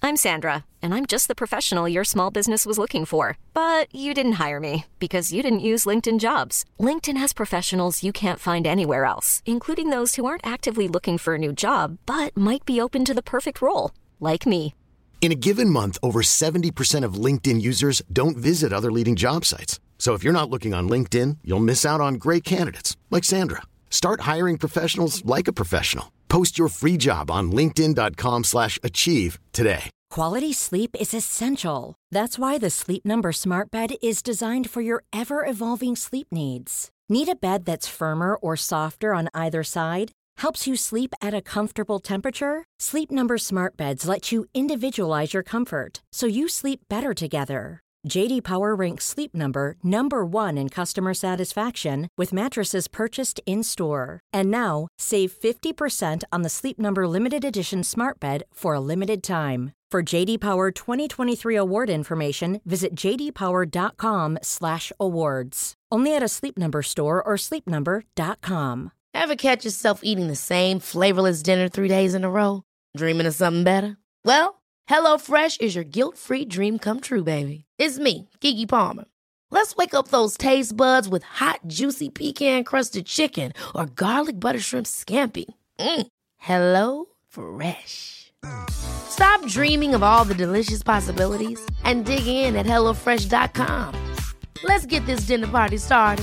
I'm Sandra, and I'm just the professional your small business was looking for. But you didn't hire me because you didn't use LinkedIn Jobs. LinkedIn has professionals you can't find anywhere else, including those who aren't actively looking for a new job, but might be open to the perfect role, like me. In a given month, over 70% of LinkedIn users don't visit other leading job sites. So if you're not looking on LinkedIn, you'll miss out on great candidates like Sandra. Start hiring professionals like a professional. Post your free job on linkedin.com/achieve today. Quality sleep is essential. That's why the Sleep Number Smart Bed is designed for your ever-evolving sleep needs. Need a bed that's firmer or softer on either side? Helps you sleep at a comfortable temperature? Sleep Number Smart Beds let you individualize your comfort, so you sleep better together. J.D. Power ranks Sleep Number #1 in customer satisfaction with mattresses purchased in-store. And now, save 50% on the Sleep Number Limited Edition Smart Bed for a limited time. For J.D. Power 2023 award information, visit jdpower.com/awards. Only at a Sleep Number store or sleepnumber.com. Ever catch yourself eating the same flavorless dinner 3 days in a row? Dreaming of something better? Well, HelloFresh is your guilt-free dream come true, baby. It's me, Keke Palmer. Let's wake up those taste buds with hot, juicy pecan-crusted chicken or garlic butter shrimp scampi. Hello Fresh. Stop dreaming of all the delicious possibilities and dig in at HelloFresh.com. Let's get this dinner party started.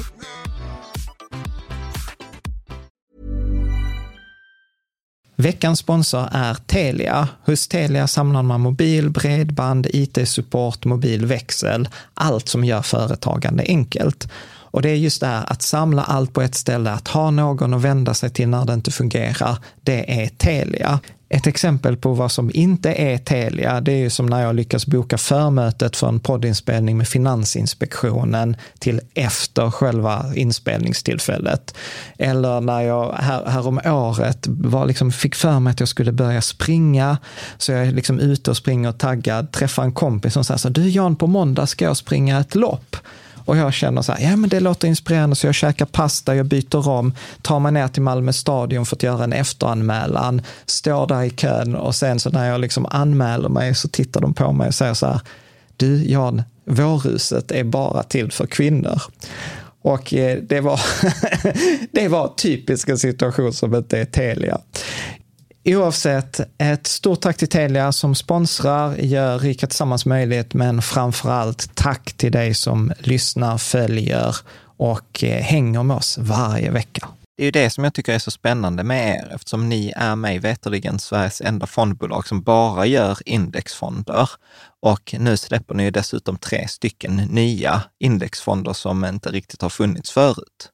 Veckans sponsor är Telia. Hos Telia samlar man mobil, bredband, IT-support, mobilväxel, allt som gör företagande enkelt. Och det är just det här att samla allt på ett ställe, att ha någon att vända sig till när det inte fungerar, det är Telia. Ett exempel på vad som inte är Telia, det är ju som när jag lyckas boka förmötet för en poddinspelning med Finansinspektionen till efter själva inspelningstillfället. Eller när jag här om året fick för mig att jag skulle börja springa, så jag är liksom ute och springer och taggad, träffar en kompis som säger så: du Jan, på måndag ska jag springa ett lopp. Och jag känner så här, ja men det låter inspirerande, så jag käkar pasta, jag byter om, tar mig ner till Malmö stadion för att göra en efteranmälan, står där i kön, och sen så när jag liksom anmäler mig så tittar de på mig och säger så här: du Jan, vårhuset är bara till för kvinnor. Och det var typiska situation som inte är Telia. Oavsett, ett stort tack till Telia som sponsrar, gör Rika Tillsammans möjligt, men framförallt tack till dig som lyssnar, följer och hänger med oss varje vecka. Det är ju det som jag tycker är så spännande med er, eftersom ni är mig veterligen Sveriges enda fondbolag som bara gör indexfonder. Och nu släpper ni ju dessutom 3 stycken nya indexfonder som inte riktigt har funnits förut.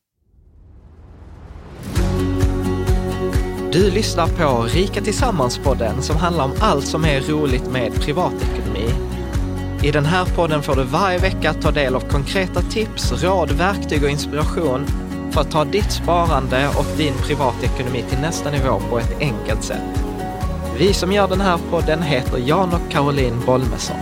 Du lyssnar på Rika Tillsammans-podden som handlar om allt som är roligt med privatekonomi. I den här podden får du varje vecka ta del av konkreta tips, råd, verktyg och inspiration för att ta ditt sparande och din privatekonomi till nästa nivå på ett enkelt sätt. Vi som gör den här podden heter Jan och Caroline Bolmesson.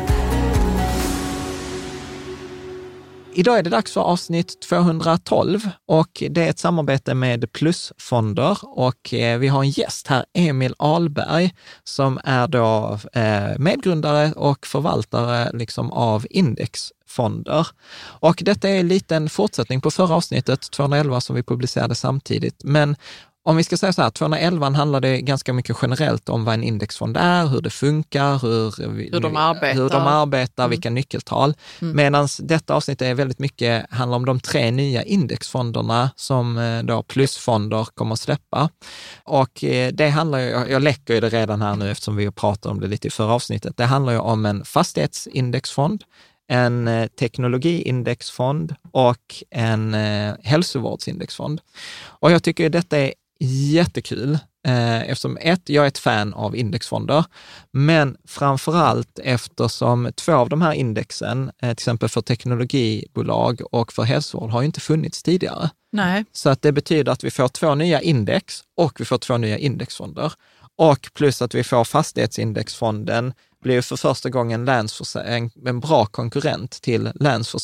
Idag är det dags för avsnitt 212 och det är ett samarbete med Plusfonder, och vi har en gäst här, Emil Ahlberg, som är då medgrundare och förvaltare av indexfonder. Och detta är lite en fortsättning på förra avsnittet 211 som vi publicerade samtidigt, men om vi ska säga så här, 211 handlar det ganska mycket generellt om vad en indexfond är, hur det funkar, hur de arbetar, vilka nyckeltal. Medan detta avsnitt är väldigt mycket handlar om de 3 nya indexfonderna som då Plusfonder kommer att släppa. Och det handlar ju, jag läcker ju det redan här nu eftersom vi pratar om det lite i förra avsnittet. Det handlar ju om en fastighetsindexfond, en teknologiindexfond och en hälsovårdsindexfond. Och jag tycker detta är jättekul eftersom jag är ett fan av indexfonder, men framförallt eftersom 2 av de här indexen, till exempel för teknologibolag och för hälsovård, har ju inte funnits tidigare. Nej. Så att det betyder att vi får 2 nya index och vi får 2 nya indexfonder. Och plus att vi får fastighetsindexfonden blir för första gången en bra konkurrent till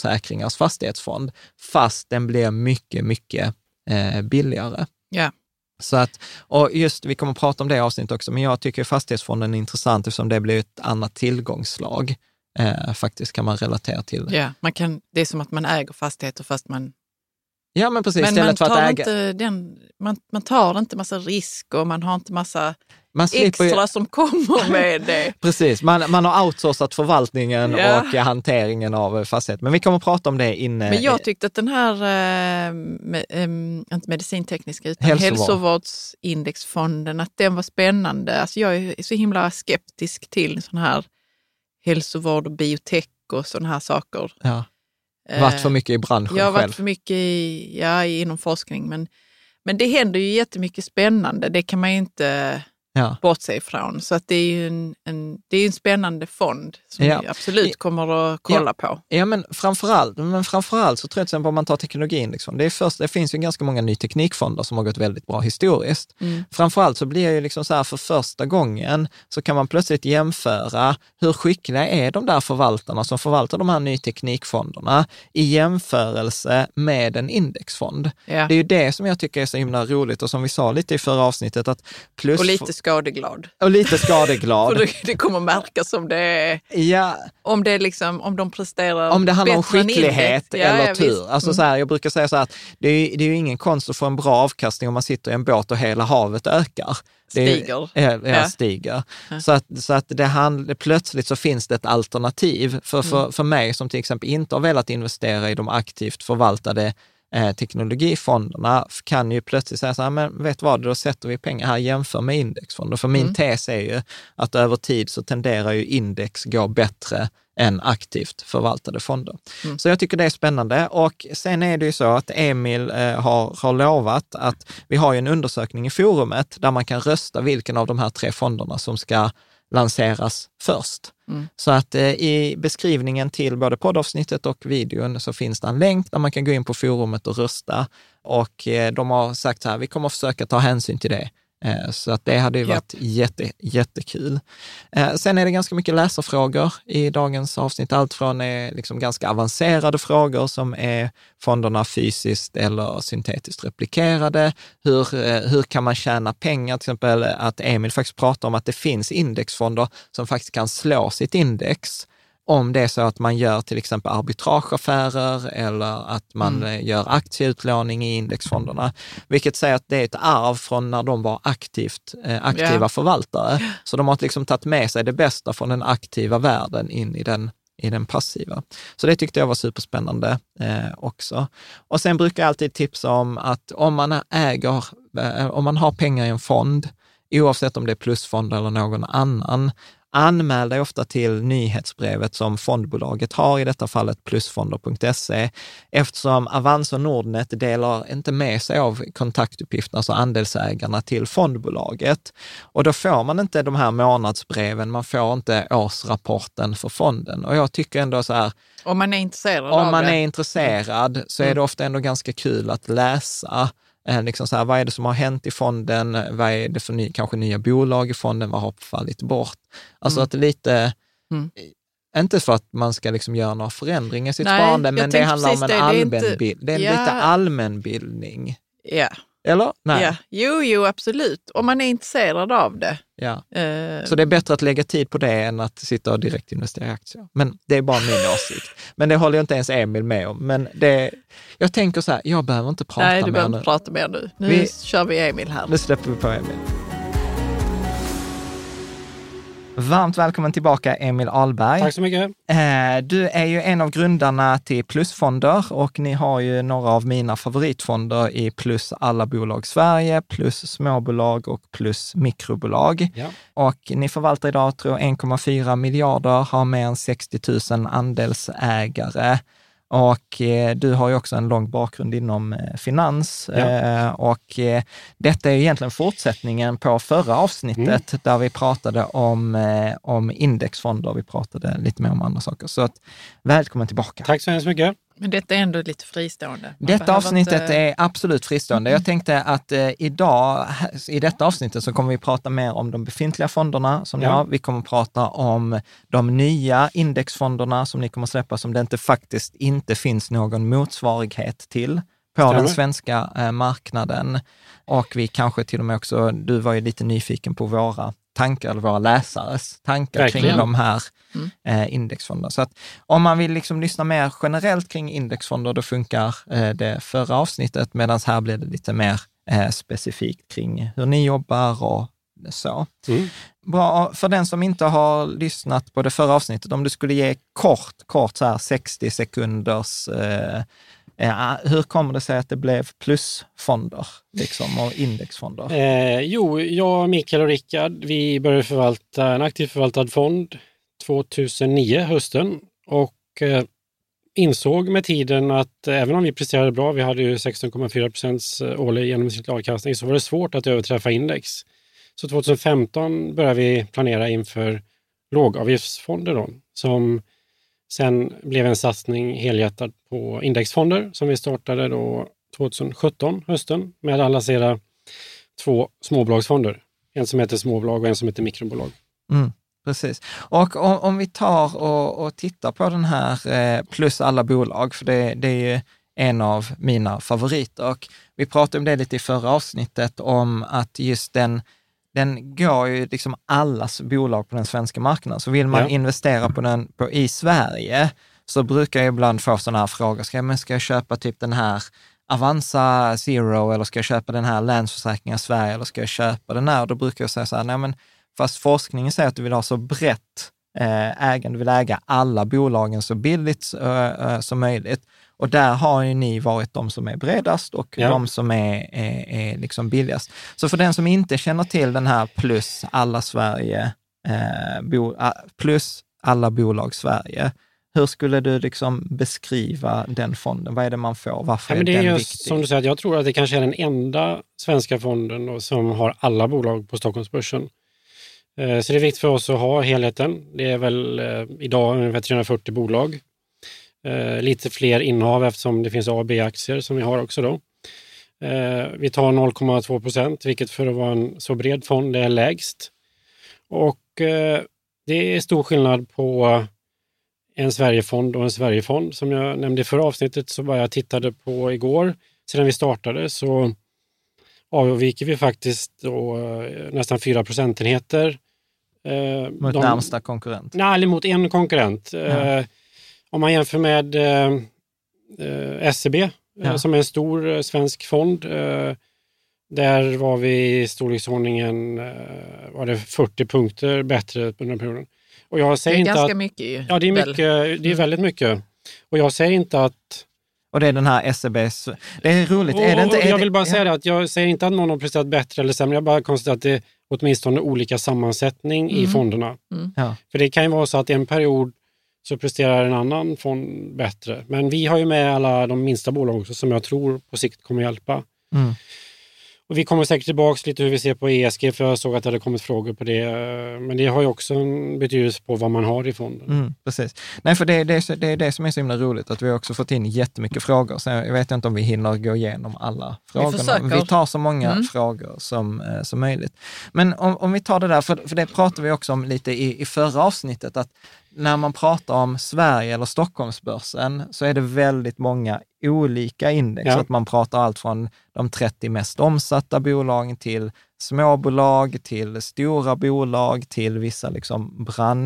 Länsförsäkringars fastighetsfond, fast den blir mycket, mycket billigare. Ja. Så att, och just, vi kommer att prata om det avsnitt också, men jag tycker fastighetsfonden är intressant eftersom det blir ett annat tillgångslag. Faktiskt kan man relatera till det. Ja, det är som att man äger fastigheter fast man... Ja, men precis. Men istället man för att tar, äga... man tar inte massa risk och man har inte massa man extra som kommer med det. Precis, man har outsourcat förvaltningen och hanteringen av fastighet. Men vi kommer att prata om det inne. Men jag tyckte att den här, inte medicintekniska utan hälsovårdsindexfonden, att den var spännande. Alltså jag är så himla skeptisk till sån här hälsovård och biotech och såna här saker. Ja. Varit för mycket i branschen jag har själv. varit för mycket inom forskning. Men det händer ju jättemycket spännande. Det kan man ju inte bortse ifrån. Så att det är ju en spännande fond som vi absolut kommer att kolla på. Ja, men framförallt så tror jag till exempel om man tar teknologin. Liksom, det finns ju ganska många ny teknikfonder som har gått väldigt bra historiskt. Framförallt så blir ju liksom så här för första gången så kan man plötsligt jämföra hur skickliga är de där förvaltarna som förvaltar de här ny teknikfonderna i jämförelse med en indexfond. Ja. Det är ju det som jag tycker är så himla roligt och som vi sa lite i förra avsnittet att och lite skadeglad. Och lite skadeglad. För det kommer märkas om det är, om det är liksom, om de presterar om det handlar om skicklighet eller tur. Visst. Alltså så här, jag brukar säga så här att det är ju ingen konst att få en bra avkastning om man sitter i en båt och hela havet ökar. Stiger. Så att det plötsligt så finns det ett alternativ för mig som till exempel inte har velat investera i de aktivt förvaltade teknologifonderna kan ju plötsligt säga så här, men vet vad, då sätter vi pengar här jämför med indexfonder. För min tes är ju att över tid så tenderar ju index gå bättre än aktivt förvaltade fonder. Så jag tycker det är spännande. Och sen är det ju så att Emil har lovat att vi har ju en undersökning i forumet där man kan rösta vilken av de här 3 fonderna som ska lanseras först. Så att i beskrivningen till både poddavsnittet och videon så finns det en länk där man kan gå in på forumet och rösta. Och de har sagt så här, vi kommer att försöka ta hänsyn till det. Så att det hade ju varit jättekul. Sen är det ganska mycket läsarfrågor i dagens avsnitt. Allt från liksom ganska avancerade frågor som är fonderna fysiskt eller syntetiskt replikerade. Hur kan man tjäna pengar? Till exempel att Emil faktiskt pratar om att det finns indexfonder som faktiskt kan slå sitt index. Om det är så att man gör till exempel arbitrageaffärer eller att man gör aktieutlåning i indexfonderna. Vilket säger att det är ett arv från när de var aktiva förvaltare. Så de har liksom tagit med sig det bästa från den aktiva världen in i den passiva. Så det tyckte jag var superspännande också. Och sen brukar jag alltid tipsa om att om man har pengar i en fond, oavsett om det är plusfond eller någon annan, anmäl dig ofta till nyhetsbrevet som fondbolaget har, i detta fallet plusfonder.se, eftersom Avanza och Nordnet delar inte med sig av kontaktuppgifterna, alltså andelsägarna till fondbolaget. Och då får man inte de här månadsbreven, man får inte årsrapporten för fonden. Och jag tycker ändå så här, om man är intresserad så är det ofta ändå ganska kul att läsa. Liksom så här, vad är det som har hänt i fonden? Vad är det för kanske nya bolag i fonden? Vad har fallit bort? Alltså att det är lite, inte för att man ska liksom göra några förändringar i sitt sparande, men det handlar om lite allmänbildning. Ja. Eller? Nej. Ja. Jo, absolut. Om man är intresserad av det. Ja. Så det är bättre att lägga tid på det än att sitta och direkt investera i aktier. Men det är bara min åsikt. Men det håller jag inte ens Emil med om. Men jag tänker så här, jag behöver inte prata mer nu. Nej, du behöver inte prata mer nu. Nu kör vi Emil här. Nu släpper vi på Emil. Varmt välkommen tillbaka Emil Ahlberg. Tack så mycket. Du är ju en av grundarna till Plusfonder och ni har ju några av mina favoritfonder i Plus alla bolag Sverige, Plus småbolag och Plus mikrobolag. Ja. Och ni förvaltar idag tror jag 1,4 miljarder, har mer än 60 000 andelsägare. Och du har ju också en lång bakgrund inom finans och detta är egentligen fortsättningen på förra avsnittet där vi pratade om indexfonder, vi pratade lite mer om andra saker. Så att, välkommen tillbaka. Tack så hemskt mycket. Men detta är ändå lite fristående. Detta avsnittet är absolut fristående. Jag tänkte att idag, i detta avsnittet så kommer vi prata mer om de befintliga fonderna som ni har. Vi kommer prata om de nya indexfonderna som ni kommer släppa som det faktiskt inte finns någon motsvarighet till på den svenska marknaden. Och vi kanske till och med också, du var ju lite nyfiken på våra tankar, eller våra läsares tankar kring de här indexfonderna. Så att om man vill liksom lyssna mer generellt kring indexfonder, då funkar det förra avsnittet, medan här blir det lite mer specifikt kring hur ni jobbar och så. Bra, för den som inte har lyssnat på det förra avsnittet, om du skulle ge kort så här 60 sekunders hur kommer det sig att det blev plusfonder liksom, och indexfonder? Jag, Mikael och Rickard, vi började förvalta en aktivt förvaltad fond 2009 hösten och insåg med tiden att även om vi presterade bra, vi hade ju 16,4% årlig genomsnittlig avkastning, så var det svårt att överträffa index. Så 2015 började vi planera inför lågavgiftsfonder då, som sen blev en satsning helhjärtat på indexfonder som vi startade då 2017 hösten med att lansera 2 småbolagsfonder. En som heter småbolag och en som heter mikrobolag. Precis. Och om vi tar och tittar på den här plus alla bolag, för det är ju en av mina favoriter. Och vi pratade om det lite i förra avsnittet om att just den går ju liksom allas bolag på den svenska marknaden. Så vill man investera i Sverige, så brukar jag ibland få sådana här frågor. Ska jag köpa typ den här Avanza Zero, eller ska jag köpa den här Länsförsäkringar Sverige, eller ska jag köpa den här? Och då brukar jag säga så här, nej men fast forskningen säger att du vill ha så brett ägande, du vill äga alla bolagen så billigt som möjligt. Och där har ju ni varit de som är bredast och de som är liksom billigast. Så för den som inte känner till den här plus alla Sverige, plus alla bolag Sverige, hur skulle du liksom beskriva den fonden? Vad är det man får? Varför är den viktig? Som du säger, jag tror att det kanske är den enda svenska fonden då, som har alla bolag på Stockholmsbörsen. Så det är viktigt för oss att ha helheten. Det är väl idag ungefär 340 bolag. Lite fler innehav eftersom det finns A- och B-aktier som vi har också då. Vi tar 0,2%, vilket för att vara en så bred fond är lägst. Och det är stor skillnad på en Sverigefond och en Sverigefond. Som jag nämnde i förra avsnittet så var jag tittade på igår. Sedan vi startade så avviker vi faktiskt då, nästan 4 procentenheter. Mot närmsta konkurrent? Nej, eller mot en konkurrent. Om man jämför med SEB som är en stor svensk fond, där var vi i storleksordningen var det 40 punkter bättre under den perioden. Och jag säger det är inte ganska att, mycket ju. Ja, det är mycket, det är väldigt mycket. Och jag säger inte att... Och det är den här SEBs... Det är roligt. Är det inte, jag vill bara säga det, att jag säger inte att någon har presterat bättre eller sämre. Jag bara konstaterar att det är åtminstone olika sammansättning i fonderna. För det kan ju vara så att en period så presterar en annan fond bättre. Men vi har ju med alla de minsta bolag också som jag tror på sikt kommer hjälpa. Och vi kommer säkert tillbaka lite hur vi ser på ESG, för jag såg att det hade kommit frågor på det. Men det har ju också en betydelse på vad man har i fonden. Precis. Nej, för det är det som är så himla roligt, att vi också fått in jättemycket frågor. Så jag vet inte om vi hinner gå igenom alla frågorna. Vi tar så många frågor som möjligt. Men om vi tar det där, för det pratar vi också om lite i förra avsnittet, att när man pratar om Sverige eller Stockholmsbörsen så är det väldigt många olika index. Att man pratar allt från de 30 mest omsatta bolagen till småbolag, till stora bolag, till vissa liksom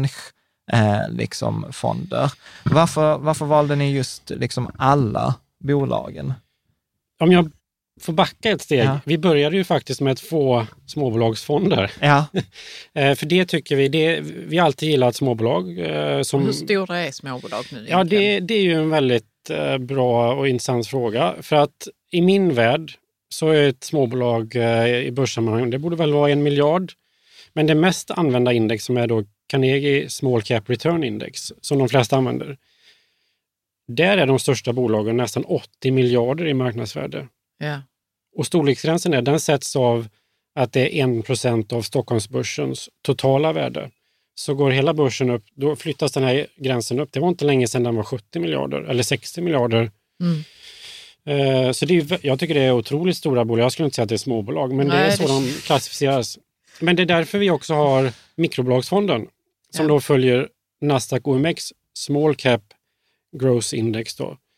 fonder. Varför valde ni just liksom alla bolagen? Om jag får backa ett steg. Vi började ju faktiskt med 2 småbolagsfonder. För det tycker vi har alltid gillat småbolag. Hur stora är småbolag nu? Ja, det är ju en väldigt bra och intressant fråga. För att i min värld så är ett småbolag i börssammanhang, det borde väl vara 1 miljard. Men det mest använda index som är då Carnegie Small Cap Return Index, som de flesta använder. Där är de största bolagen nästan 80 miljarder i marknadsvärde. Och storleksgränsen den sätts av att det är 1% av Stockholmsbörsens totala värde. Så går hela börsen upp, då flyttas den här gränsen upp. Det var inte länge sedan den var 70 miljarder eller 60 miljarder. Så jag tycker det är otroligt stora bolag. Jag skulle inte säga att det är småbolag, men det är så de klassificeras. Men det är därför vi också har mikrobolagsfonden som då följer Nasdaq OMX Small Cap Growth Index då.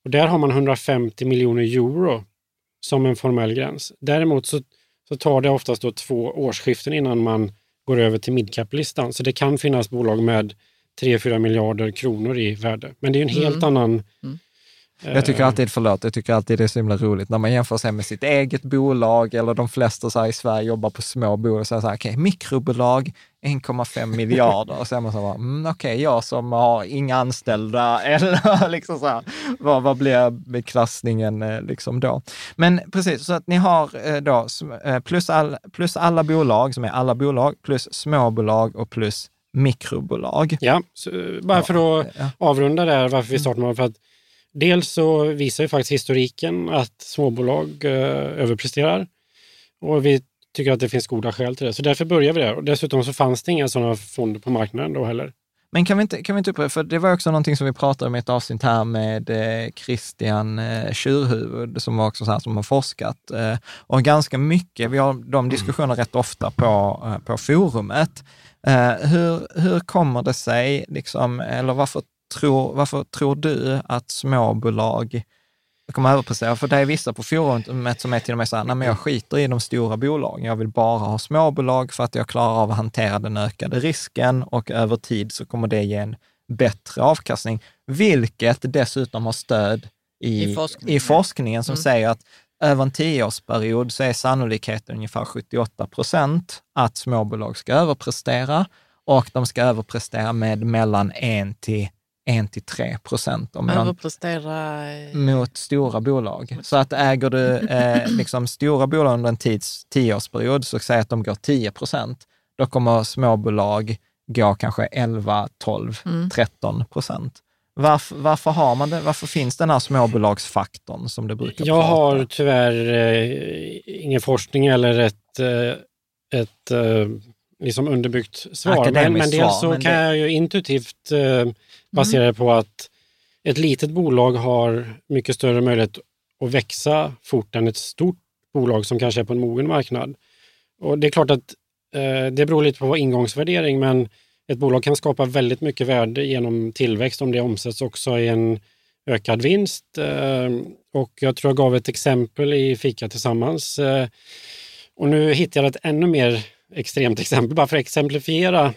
Och där har man 150 miljoner euro som en formell gräns. Däremot så tar det oftast då 2 årsskiften innan man går över till midcap-listan. Så det kan finnas bolag med 3-4 miljarder kronor i värde. Men det är ju en helt annan... Jag tycker alltid det är så himla roligt när man jämför sig med sitt eget bolag eller de flesta så här i Sverige jobbar på små bolag och så här, okej, mikrobolag 1,5 miljarder och så är man så här, okej, jag som har inga anställda eller liksom så här, vad blir klassningen liksom då? Men precis, så att ni har då plus alla bolag som är alla bolag plus småbolag och plus mikrobolag. Ja, så bara för att avrunda där varför vi startar med, för att dels så visar ju faktiskt historiken att småbolag överpresterar och vi tycker att det finns goda skäl till det. Så därför börjar vi där. Och dessutom så fanns det inga sådana fonder på marknaden då heller. Men kan vi inte upprepa, för det var också någonting som vi pratade om i ett avsnitt här med Christian Kyrhuvud som var också så här som har forskat. Och ganska mycket, vi har de diskussioner rätt ofta på forumet. Hur kommer det sig, liksom, eller varför tror du att småbolag kommer överprestera? För det är vissa på forumet som är till och med så här, nej men jag skiter i de stora bolagen. Jag vill bara ha småbolag för att jag klarar av att hantera den ökade risken och över tid så kommer det ge en bättre avkastning. Vilket dessutom har stöd i forskningen som säger att över en 10-årsperiod så är sannolikheten ungefär 78% att småbolag ska överprestera och de ska överprestera med mellan 1-3%. Överprestera mot stora bolag. Så att äger du liksom stora bolag under en 10-årsperiod så säger att de går 10%. Då kommer småbolag gå kanske 11, 12, 13%. Varför har man det? Varför finns den här småbolagsfaktorn som det brukar prata? Jag har tyvärr ingen forskning eller ett liksom underbyggt svar. Men dels så kan jag ju intuitivt basera det på att ett litet bolag har mycket större möjlighet att växa fort än ett stort bolag som kanske är på en mogen marknad. Och det är klart att det beror lite på ingångsvärdering, men ett bolag kan skapa väldigt mycket värde genom tillväxt om det omsätts också i en ökad vinst. Och jag tror jag gav ett exempel i Fika tillsammans. Och nu hittar jag ett ännu mer extremt exempel, bara för att exemplifiera.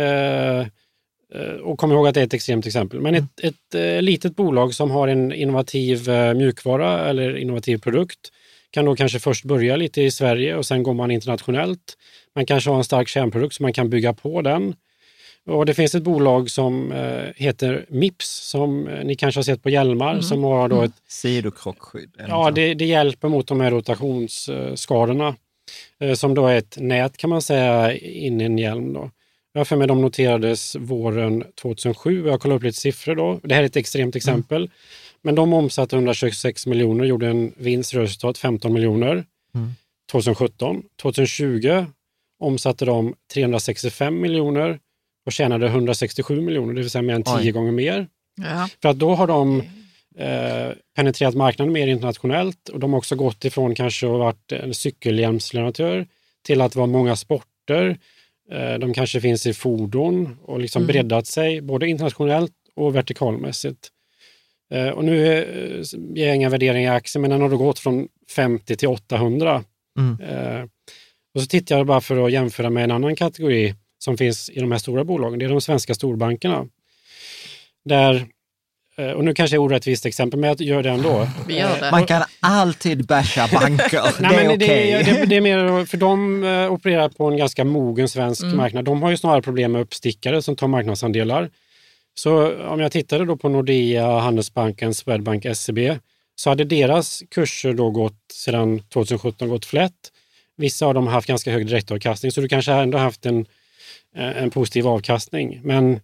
Och kom ihåg att det är ett extremt exempel. Men ett litet bolag som har en innovativ mjukvara eller innovativ produkt kan då kanske först börja lite i Sverige och sen går man internationellt. Man kanske har en stark kärnprodukt så man kan bygga på den. Och det finns ett bolag som heter Mips som ni kanske har sett på hjälmar som har då ett sidokrockskydd. Ja, det hjälper mot de här rotationsskadorna som då är ett nät kan man säga in i en hjälm då. Jag för mig de noterades våren 2007. Jag kollar upp lite siffror då. Det här är ett extremt exempel. Men de omsatte 126 miljoner, gjorde en vinstresultat 15 miljoner 2017. 2020 omsatte de 365 miljoner och tjänade 167 miljoner, det vill säga mer än 10 gånger mer. Ja. För att då har de penetrerat marknaden mer internationellt och de har också gått ifrån kanske att ha varit en cykelhjälmsleverantör till att vara många sporter. De kanske finns i fordon och liksom breddat sig både internationellt och vertikalmässigt. Och nu ger jag inga värderingar i aktier, men den har då gått från 50 till 800. Och så tittar jag bara för att jämföra med en annan kategori som finns i de här stora bolagen. Det är de svenska storbankerna. Där, och nu kanske är orättvist exempel, men jag gör det ändå. Man kan alltid basha banker. Nej, det är okej. Det är mer för de opererar på en ganska mogen svensk marknad. De har ju snarare problem med uppstickare som tar marknadsandelar. Så om jag tittade då på Nordea, Handelsbanken, Swedbank, SEB så hade deras kurser då gått sedan 2017 gått flätt. Vissa av dem har haft ganska hög direktavkastning så du kanske ändå haft en positiv avkastning. Men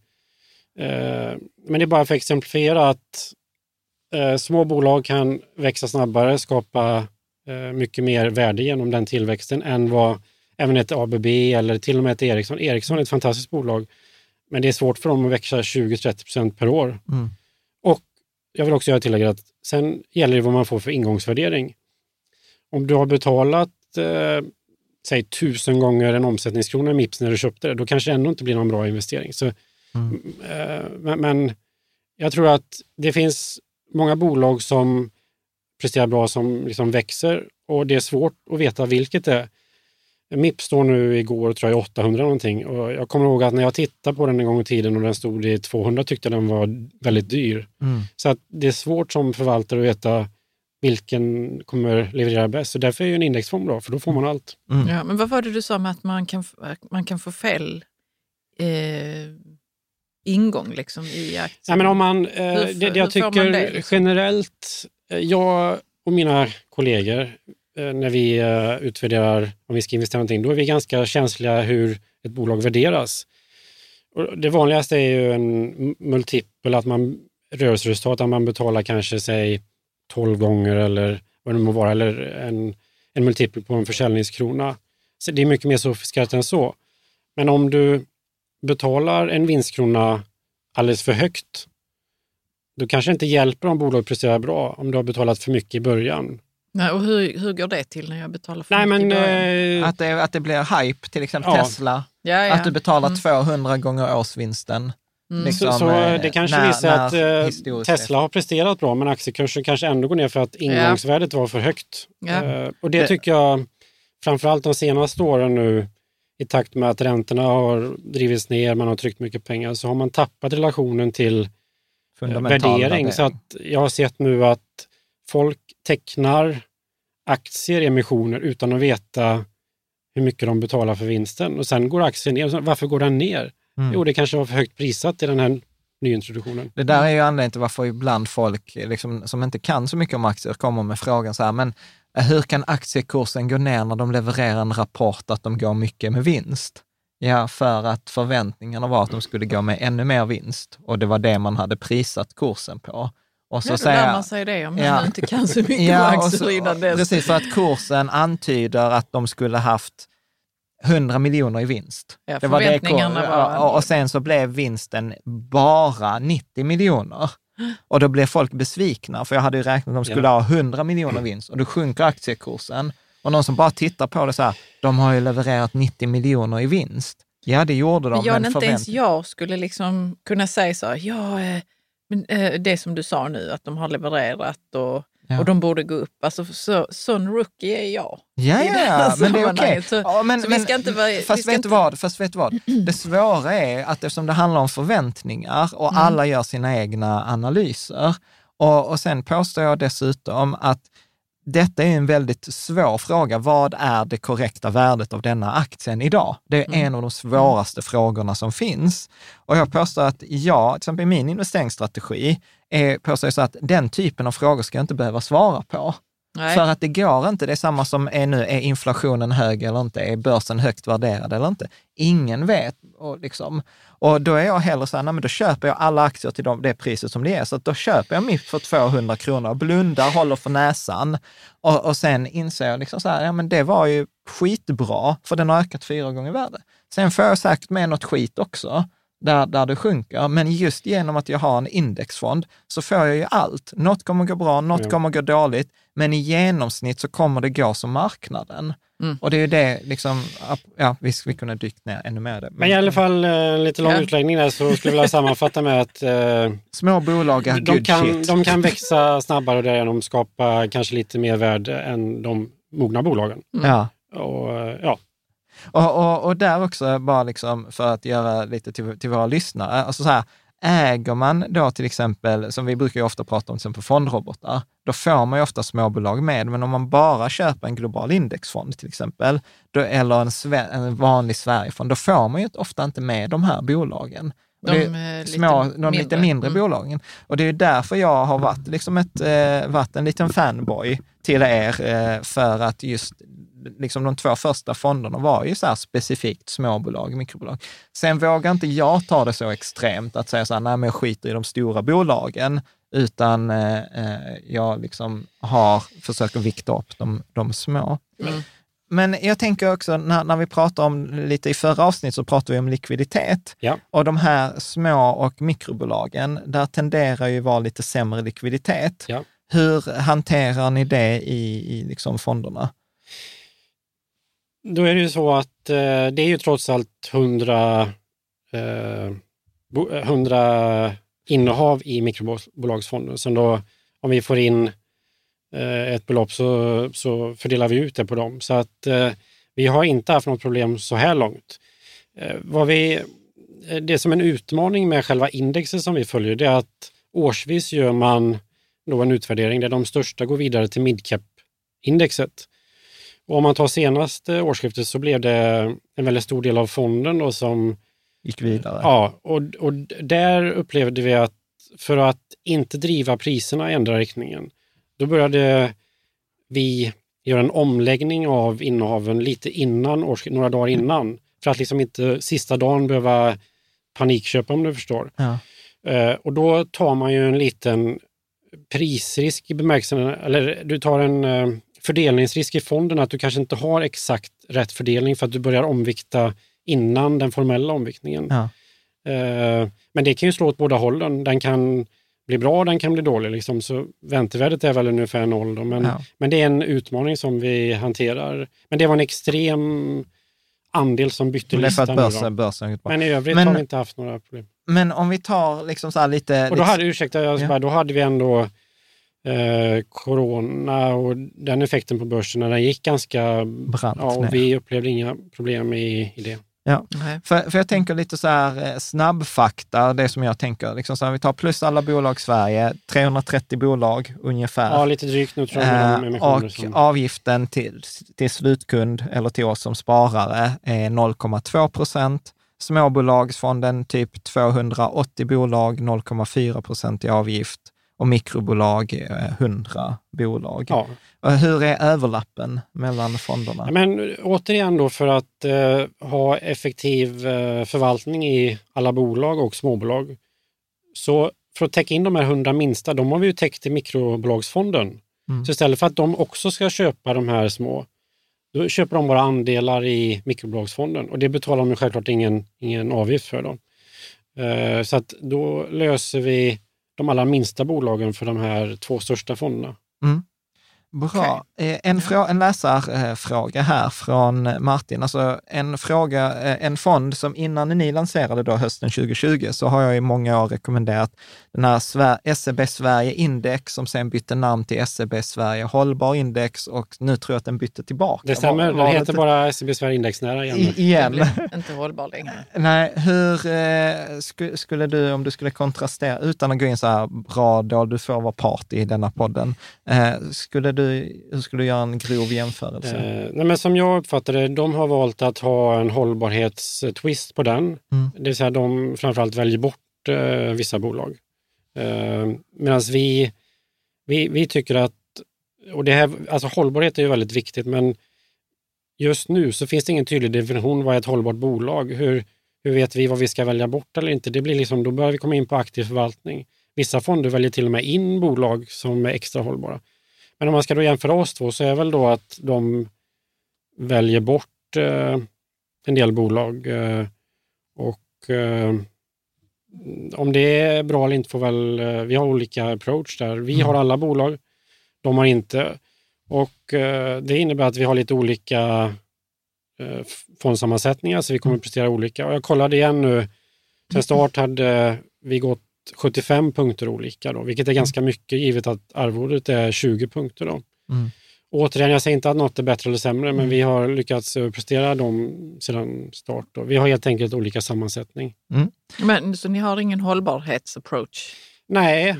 det är bara för att exemplifiera att små bolag kan växa snabbare, skapa mycket mer värde genom den tillväxten än vad även ett ABB eller till och med ett Ericsson. Ericsson är ett fantastiskt bolag, men det är svårt för dem att växa 20-30% per år. Och jag vill också göra tillägg att sen gäller det vad man får för ingångsvärdering. Om du har betalat säg 1000 gånger en omsättningskrona i Mips när du köpte det, då kanske det ändå inte blir någon bra investering. Så, men jag tror att det finns många bolag som presterar bra som liksom växer och det är svårt att veta vilket det är. Mips står nu igår tror jag 800 någonting och jag kommer ihåg att när jag tittade på den en gång i tiden och den stod i 200 tyckte den var väldigt dyr. Så att det är svårt som förvaltare att veta vilken kommer leverera bäst. Så därför är ju en indexfond bra, för då får man allt. Ja, men vad var det du sa med att man kan få fel ingång liksom i aktien? Ja, men om man, jag tycker man liksom? Generellt, jag och mina kollegor när vi utvärderar om vi ska investera någonting, då är vi ganska känsliga hur ett bolag värderas. Och det vanligaste är ju en multipel, att man rörelseresultat, att man betalar kanske säg 12 gånger eller vad det må vara, eller en multipel på en försäljningskrona. Så det är mycket mer sofistikerat än så. Men om du betalar en vinstkrona alldeles för högt, då kanske inte hjälper om bolaget presterar bra om du har betalat för mycket i början. Nej, och hur går det till när jag betalar för mycket i början? Att det blir hype, till exempel Tesla. Ja. Att du betalar 200 gånger årsvinsten. Liksom, så det kanske visar att Tesla har presterat bra, men aktiekursen kanske ändå går ner för att ingångsvärdet var för högt. Och det tycker jag, framförallt de senaste åren nu, i takt med att räntorna har drivits ner, man har tryckt mycket pengar, så har man tappat relationen till värdering. Så att jag har sett nu att folk tecknar aktier i emissioner utan att veta hur mycket de betalar för vinsten. Och sen går aktien ner. Varför går den ner? Jo, det kanske var för högt prissatt i den här nyintroduktionen. Det där är ju anledningen till varför ibland folk liksom, som inte kan så mycket om aktier kommer med frågan så här, men hur kan aktiekursen gå ner när de levererar en rapport att de går mycket med vinst? Ja, för att förväntningarna var att de skulle gå med ännu mer vinst. Och det var det man hade prisat kursen på. Och så säger man säger det om man inte kan så mycket om aktier innan dess. Precis, för att kursen antyder att de skulle haft 100 miljoner i vinst. Ja, det var det och sen så blev vinsten bara 90 miljoner. Och då blev folk besvikna, för jag hade ju räknat att de skulle ha 100 miljoner vinst. Och då sjunker aktiekursen. Och någon som bara tittar på det så här, de har ju levererat 90 miljoner i vinst. Ja, det gjorde de. Men inte ens jag skulle liksom kunna säga så, men det som du sa nu, att de har levererat och de borde gå upp. Alltså, sån rookie är jag. Ja, men det är okej. Så vi ska inte vara... Fast vet du vad? Det svåra är att eftersom det handlar om förväntningar och alla gör sina egna analyser. Och sen påstår jag dessutom att detta är en väldigt svår fråga. Vad är det korrekta värdet av denna aktien idag? Det är en av de svåraste frågorna som finns. Och jag påstår att till exempel min investeringsstrategi påstår så att den typen av frågor ska jag inte behöva svara på. Nej. För att det går inte. Det är samma som är inflationen hög eller inte? Är börsen högt värderad eller inte? Ingen vet. Och då är jag hellre så här, men då köper jag alla aktier till det priset som det är. Så att då köper jag Mips för 200 kronor, blundar, håller för näsan. Och sen inser jag liksom så här, men det var ju skitbra, för den har ökat 4 gånger värde. Sen får jag sagt med något skit också, där det sjunker. Men just genom att jag har en indexfond så får jag ju allt. Något kommer gå bra, något kommer gå dåligt. Men i genomsnitt så kommer det gå som marknaden. Och det är ju det, liksom, vi kunde dyka ner ännu mer det. Men i alla fall lite lång utläggning där, så skulle jag vilja sammanfatta med att små bolag är de kan växa snabbare och därigenom skapa kanske lite mer värde än de mogna bolagen. Ja. Och Och där också, bara liksom för att göra lite till våra lyssnare, alltså så här, äger man då till exempel, som vi brukar ju ofta prata om, till exempel fondrobotar, då får man ju ofta småbolag med, men om man bara köper en global indexfond till exempel, eller en vanlig Sverigefond, då får man ju ofta inte med de här bolagen. De lite mindre bolagen. Och det är ju därför jag har varit, liksom varit en liten fanboy till för att just liksom de 2 första fonderna var ju så här specifikt småbolag, mikrobolag. Sen vågar inte jag ta det så extremt att säga så här, nej men jag skiter i de stora bolagen, utan jag liksom försöker vikta upp de små. Men jag tänker också, när vi pratar om lite i förra avsnitt, så pratar vi om likviditet. Ja. Och de här små och mikrobolagen, där tenderar ju vara lite sämre likviditet. Ja. Hur hanterar ni det i liksom fonderna? Då är det ju så att det är ju trots allt 100 innehav i mikrobolagsfonden som då om vi får in ett belopp så fördelar vi ut det på dem. Så att vi har inte haft något problem så här långt. Det som en utmaning med själva indexet som vi följer, det är att årsvis gör man då en utvärdering där de största går vidare till midcap-indexet. Och om man tar senaste årsskiftet så blev det en väldigt stor del av fonden då som gick vidare. Ja, och där upplevde vi att för att inte driva priserna i ändra riktningen, då började vi göra en omläggning av innehaven lite innan, några dagar innan, för att liksom inte sista dagen behöva panikköpa, om du förstår. Ja. Och då tar man ju en liten prisrisk i bemärkelsen, eller du tar en fördelningsrisk i fonden, att du kanske inte har exakt rätt fördelning för att du börjar omvikta innan den formella omviktningen. Ja. Men det kan ju slå åt båda hållen. Den kan bli bra, den kan bli dålig. Liksom. Så väntevärdet är väl ungefär 0. Då. Men det är en utmaning som vi hanterar. Men det var en extrem andel som bytte listan. Det är för att börsen men i övrigt har vi inte haft några problem. Men om vi tar liksom så här lite... Och då hade vi ändå corona och den effekten på börsen när den gick ganska brant. Ja, och vi upplevde inga problem i det. Ja, för jag tänker lite så här snabbfakta, det som jag tänker, liksom så här, vi tar plus alla bolag Sverige, 330 bolag ungefär. Ja, lite drygt nu tror jag. Och avgiften till slutkund eller till oss som sparare är 0,2%. Småbolagsfonden typ 280 bolag, 0,4% i avgift. Och mikrobolag 100 bolag. Ja. Hur är överlappen mellan fonderna? Men återigen då, för att ha effektiv förvaltning i alla bolag och småbolag. Så för att täcka in de här 100 minsta, de har vi ju täckt i mikrobolagsfonden. Så istället för att de också ska köpa de här små, då köper de bara andelar i mikrobolagsfonden. Och det betalar de självklart ingen avgift för dem. Så att då löser vi de allra minsta bolagen för de här 2 största fonderna. Bra. Okay. En läsarfråga här från Martin. Alltså en fond som innan ni lanserade då hösten 2020 så har jag i många år rekommenderat den här SEB Sverige Index som sen bytte namn till SEB Sverige Hållbar Index och nu tror jag att den bytte tillbaka. Det stämmer, den heter bara SEB Sverige Index nära igen. Inte hållbar längre. Nej, hur skulle du, om du skulle kontrastera, utan att gå in så här bra då, du får vara part i denna podden, hur skulle du göra en grov jämförelse? Nej, men som jag uppfattade, de har valt att ha en hållbarhetstwist på den. Det vill säga de framförallt väljer bort vissa bolag. Medan vi tycker att, och det här, alltså hållbarhet är ju väldigt viktigt, men just nu så finns det ingen tydlig definition vad är ett hållbart bolag. Hur vet vi vad vi ska välja bort eller inte? Det blir liksom, då börjar vi komma in på aktiv förvaltning. Vissa fonder väljer till och med in bolag som är extra hållbara. Men om man ska då jämföra oss två så är väl då att de väljer bort en del bolag och om det är bra eller inte får väl, vi har olika approach där. Vi har alla bolag, de har inte. Och det innebär att vi har lite olika fondsammansättningar så vi kommer att prestera olika. Och jag kollade igen nu, sen start hade vi gått 75 punkter olika då, vilket är ganska mycket givet att arvodet är 20 punkter då. Återigen, jag säger inte att något är bättre eller sämre, men vi har lyckats prestera dem sedan start då. Vi har helt enkelt olika sammansättning. Men så ni har ingen hållbarhetsapproach? Nej.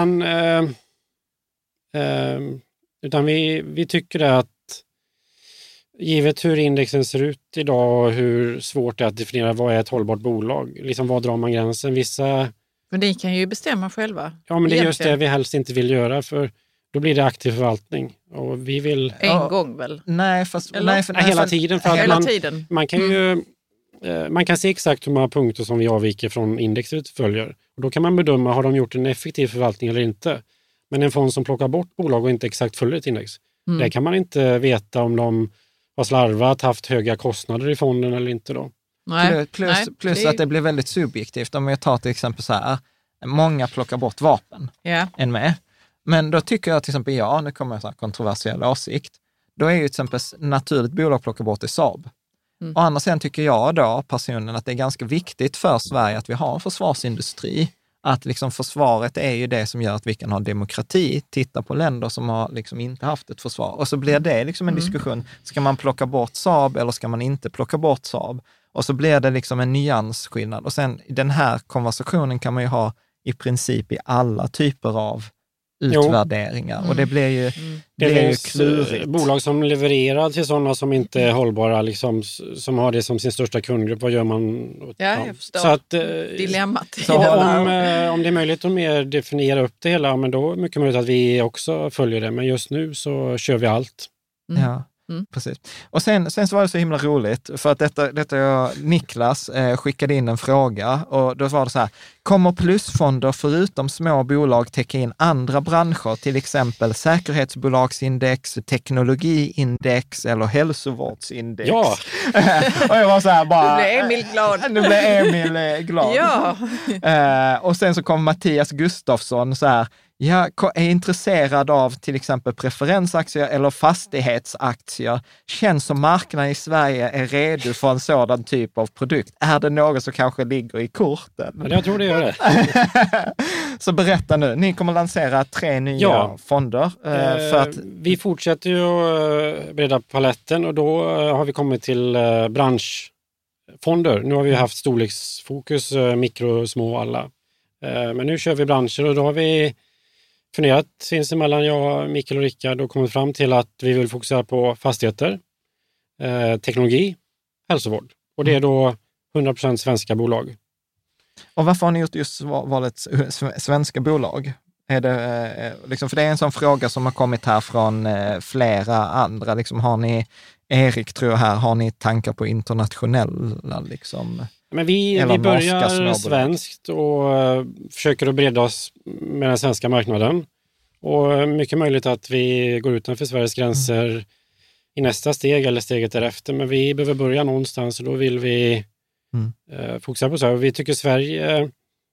Utan vi tycker att givet hur indexen ser ut idag och hur svårt det är att definiera vad är ett hållbart bolag, liksom vad drar man gränsen? Men ni kan ju bestämma själva. Ja, men det är just det vi helst inte vill göra, för då blir det aktiv förvaltning. Och vi vill... En gång väl? Nej, hela tiden. För hela att tiden. Man kan ju... Man kan se exakt hur många punkter som vi avviker från indexet följer. Och då kan man bedöma, har de gjort en effektiv förvaltning eller inte? Men en fond som plockar bort bolag och inte exakt följer ett index, där kan man inte veta om de har slarvat, haft höga kostnader i fonden eller inte då. Plus att det blir väldigt subjektivt. Om jag tar till exempel så här, många plockar bort vapen än med. Men då tycker jag till exempel, nu kommer en sån här kontroversiell åsikt, då är ju till exempel naturligt bolag plockar bort i Saab. Och andra sidan tycker jag då personen att det är ganska viktigt för Sverige att vi har en försvarsindustri att liksom försvaret är ju det som gör att vi kan ha demokrati. Titta på länder som har liksom inte haft ett försvar. Och så blir det liksom en diskussion. Ska man plocka bort Saab eller ska man inte plocka bort Saab? Och så blir det liksom en nyansskillnad. Och sen den här konversationen kan man ju ha i princip i alla typer av utvärderingar. Och det blir ju, det är ju klurigt. Bolag som levererar till sådana som inte är hållbara, liksom, som har det som sin största kundgrupp, vad gör man? Jag förstår. Så att, dilemmat. Så om det är möjligt att mer definiera upp det hela, men då är det mycket möjligt att vi också följer det. Men just nu så kör vi allt. Ja. Precis. Och sen så var det så himla roligt, för att Niklas skickade in en fråga, och då var det så här: kommer plusfonder förutom små bolag täcka in andra branscher, till exempel säkerhetsbolagsindex, teknologiindex eller hälsovårdsindex? Ja! Och jag var så här bara... Nu blev Emil glad. Nu blev Emil glad. Ja. Och sen så kom Mattias Gustafsson så här: jag är intresserad av till exempel preferensaktier eller fastighetsaktier. Känns som marknaden i Sverige är redo för en sådan typ av produkt. Är det något som kanske ligger i korten? Ja, jag tror det gör det. Så berätta nu. Ni kommer lansera 3 nya fonder. För att... Vi fortsätter ju att bredda paletten, och då har vi kommit till branschfonder. Nu har vi haft storleksfokus, mikro, små, alla. Men nu kör vi branscher, och då har vi funderat sinsemellan, jag, Mikael och Rickard, och kommit fram till att vi vill fokusera på fastigheter, teknologi, hälsovård. Och det är då 100% svenska bolag. Och varför har ni gjort just valet svenska bolag? Är det, liksom, för det är en sån fråga som har kommit här från flera andra. Liksom, har ni, Erik tror jag här, har ni tankar på internationella liksom? Men vi börjar svenskt och försöker att bredda oss med den svenska marknaden. Och mycket möjligt att vi går utanför Sveriges gränser i nästa steg eller steget därefter. Men vi behöver börja någonstans, och då vill vi fokusera på så här. Vi tycker Sverige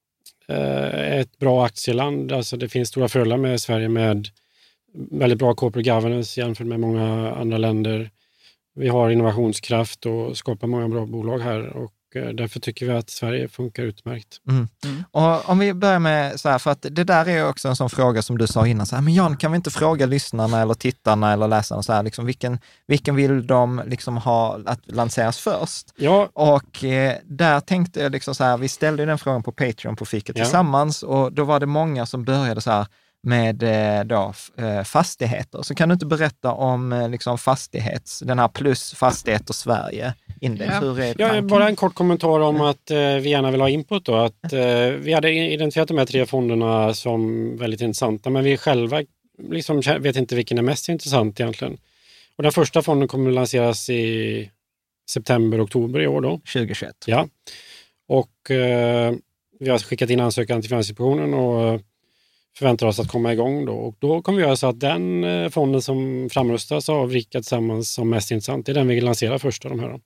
är ett bra aktieland. Alltså det finns stora fördelar med Sverige med väldigt bra corporate governance jämfört med många andra länder. Vi har innovationskraft och skapar många bra bolag här, och därför tycker vi att Sverige funkar utmärkt. Och om vi börjar med så här, för att det där är också en sån fråga som du sa innan, så här, men Jan, kan vi inte fråga lyssnarna eller tittarna eller läsarna så här, liksom, vilken vill de liksom ha att lanseras först? Ja. Och där tänkte jag liksom så här, vi ställde den frågan på Patreon på Fika tillsammans, och då var det många som började så här med fastigheter. Så kan du inte berätta om liksom den här plus fastigheter Sverige-index? Ja, bara en kort kommentar om att vi gärna vill ha input då. Att, vi hade identifierat de här 3 fonderna som väldigt intressanta, men vi själva liksom vet inte vilken är mest intressant egentligen. Och den första fonden kommer att lanseras i september-oktober i år då. 2021. Ja, och vi har skickat in ansökan till Finansinspektionen och förväntar oss att komma igång då. Och då kommer vi göra så att den fonden som framröstas av Rickard tillsammans som mest intressant, det är den vi lanserar först av de här då.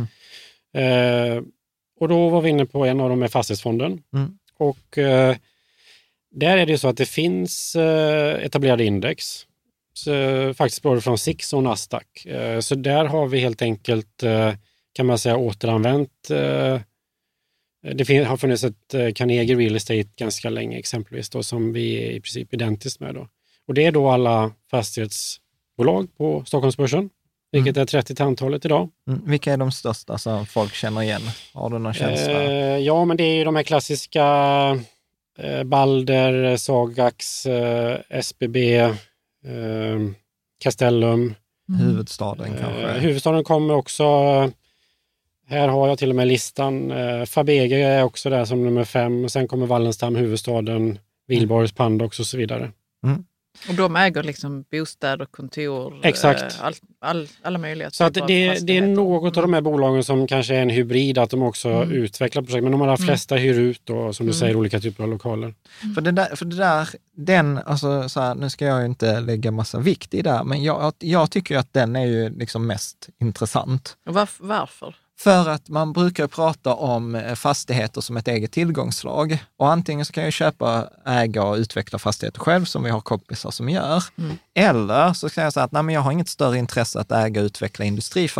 Och då var vi inne på en av dem med fastighetsfonden. Och där är det så att det finns etablerade index. Så, faktiskt både från SIX och Nasdaq. Så där har vi helt enkelt, kan man säga, återanvänt. Det har funnits ett Carnegie Real Estate ganska länge exempelvis då, som vi är i princip identiskt med då. Och det är då alla fastighetsbolag på Stockholmsbörsen, vilket är 30-antalet idag. Vilka är de största som folk känner igen? Har du någon känsla? Ja, men det är ju de här klassiska Balder, Sagax, SBB, Castellum. Huvudstaden kanske? Huvudstaden kommer också. Här har jag till och med listan. Fabege är också där som nummer 5. Och sen kommer Wallenstam, Huvudstaden, Wihlborgs, Pandox och så vidare. Och de äger liksom bostäder, kontor, exakt. Alla möjliga. Så att det är något av de här bolagen som kanske är en hybrid, att de också utvecklar projekt. Men de allra flesta hyr ut då, som du säger, olika typer av lokaler. För det där, alltså så här, nu ska jag ju inte lägga massa vikt i det här, men jag tycker att den är ju liksom mest intressant. Och varför? För att man brukar prata om fastigheter som ett eget tillgångslag. Och antingen så kan jag köpa, äga och utveckla fastigheter själv, som vi har kompisar som gör. Eller så kan jag säga att nej, men jag har inget större intresse att äga och utveckla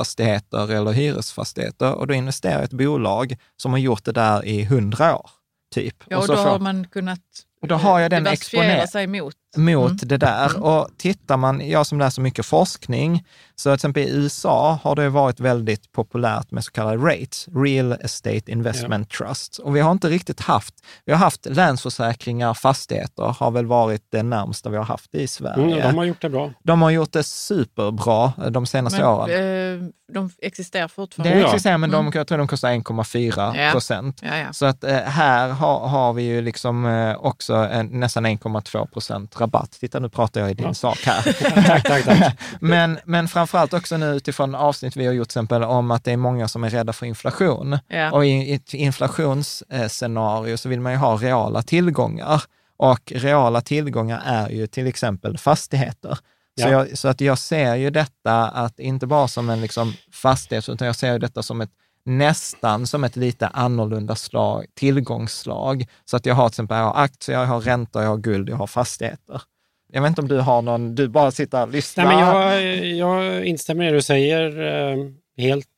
industrifastigheter eller hyresfastigheter. Och då investerar jag i ett bolag som har gjort det där i 100 år. typ. Ja, och då har man kunnat då har jag den exponera sig mot det där. Och tittar man, jag som läser mycket forskning, så till exempel i USA har det varit väldigt populärt med så kallade REITs, Real Estate Investment Trusts. Och vi har inte riktigt vi har haft länsförsäkringar, fastigheter har väl varit det närmsta vi har haft i Sverige. De har gjort det bra. De har gjort det superbra de senaste åren. De existerar fortfarande. Det existerar, men jag tror de kostar 1,4%. Ja. Så att här har vi ju liksom också nästan 1,2% rabatt. Titta, nu pratar jag i din sak här. tack. Men framförallt också nu utifrån avsnitt vi har gjort till exempel om att det är många som är rädda för inflation. Ja. Och i ett inflationsscenario så vill man ju ha reala tillgångar. Och reala tillgångar är ju till exempel fastigheter. Ja. Så att jag ser ju detta att inte bara som en liksom fastighet, utan jag ser ju detta som nästan som ett lite annorlunda tillgångsslag. Så att jag har till exempel aktier, jag har räntor, jag har guld, jag har fastigheter. Jag vet inte om du har någon, du bara sitter och lyssnar. Nej, men jag instämmer i det du säger helt.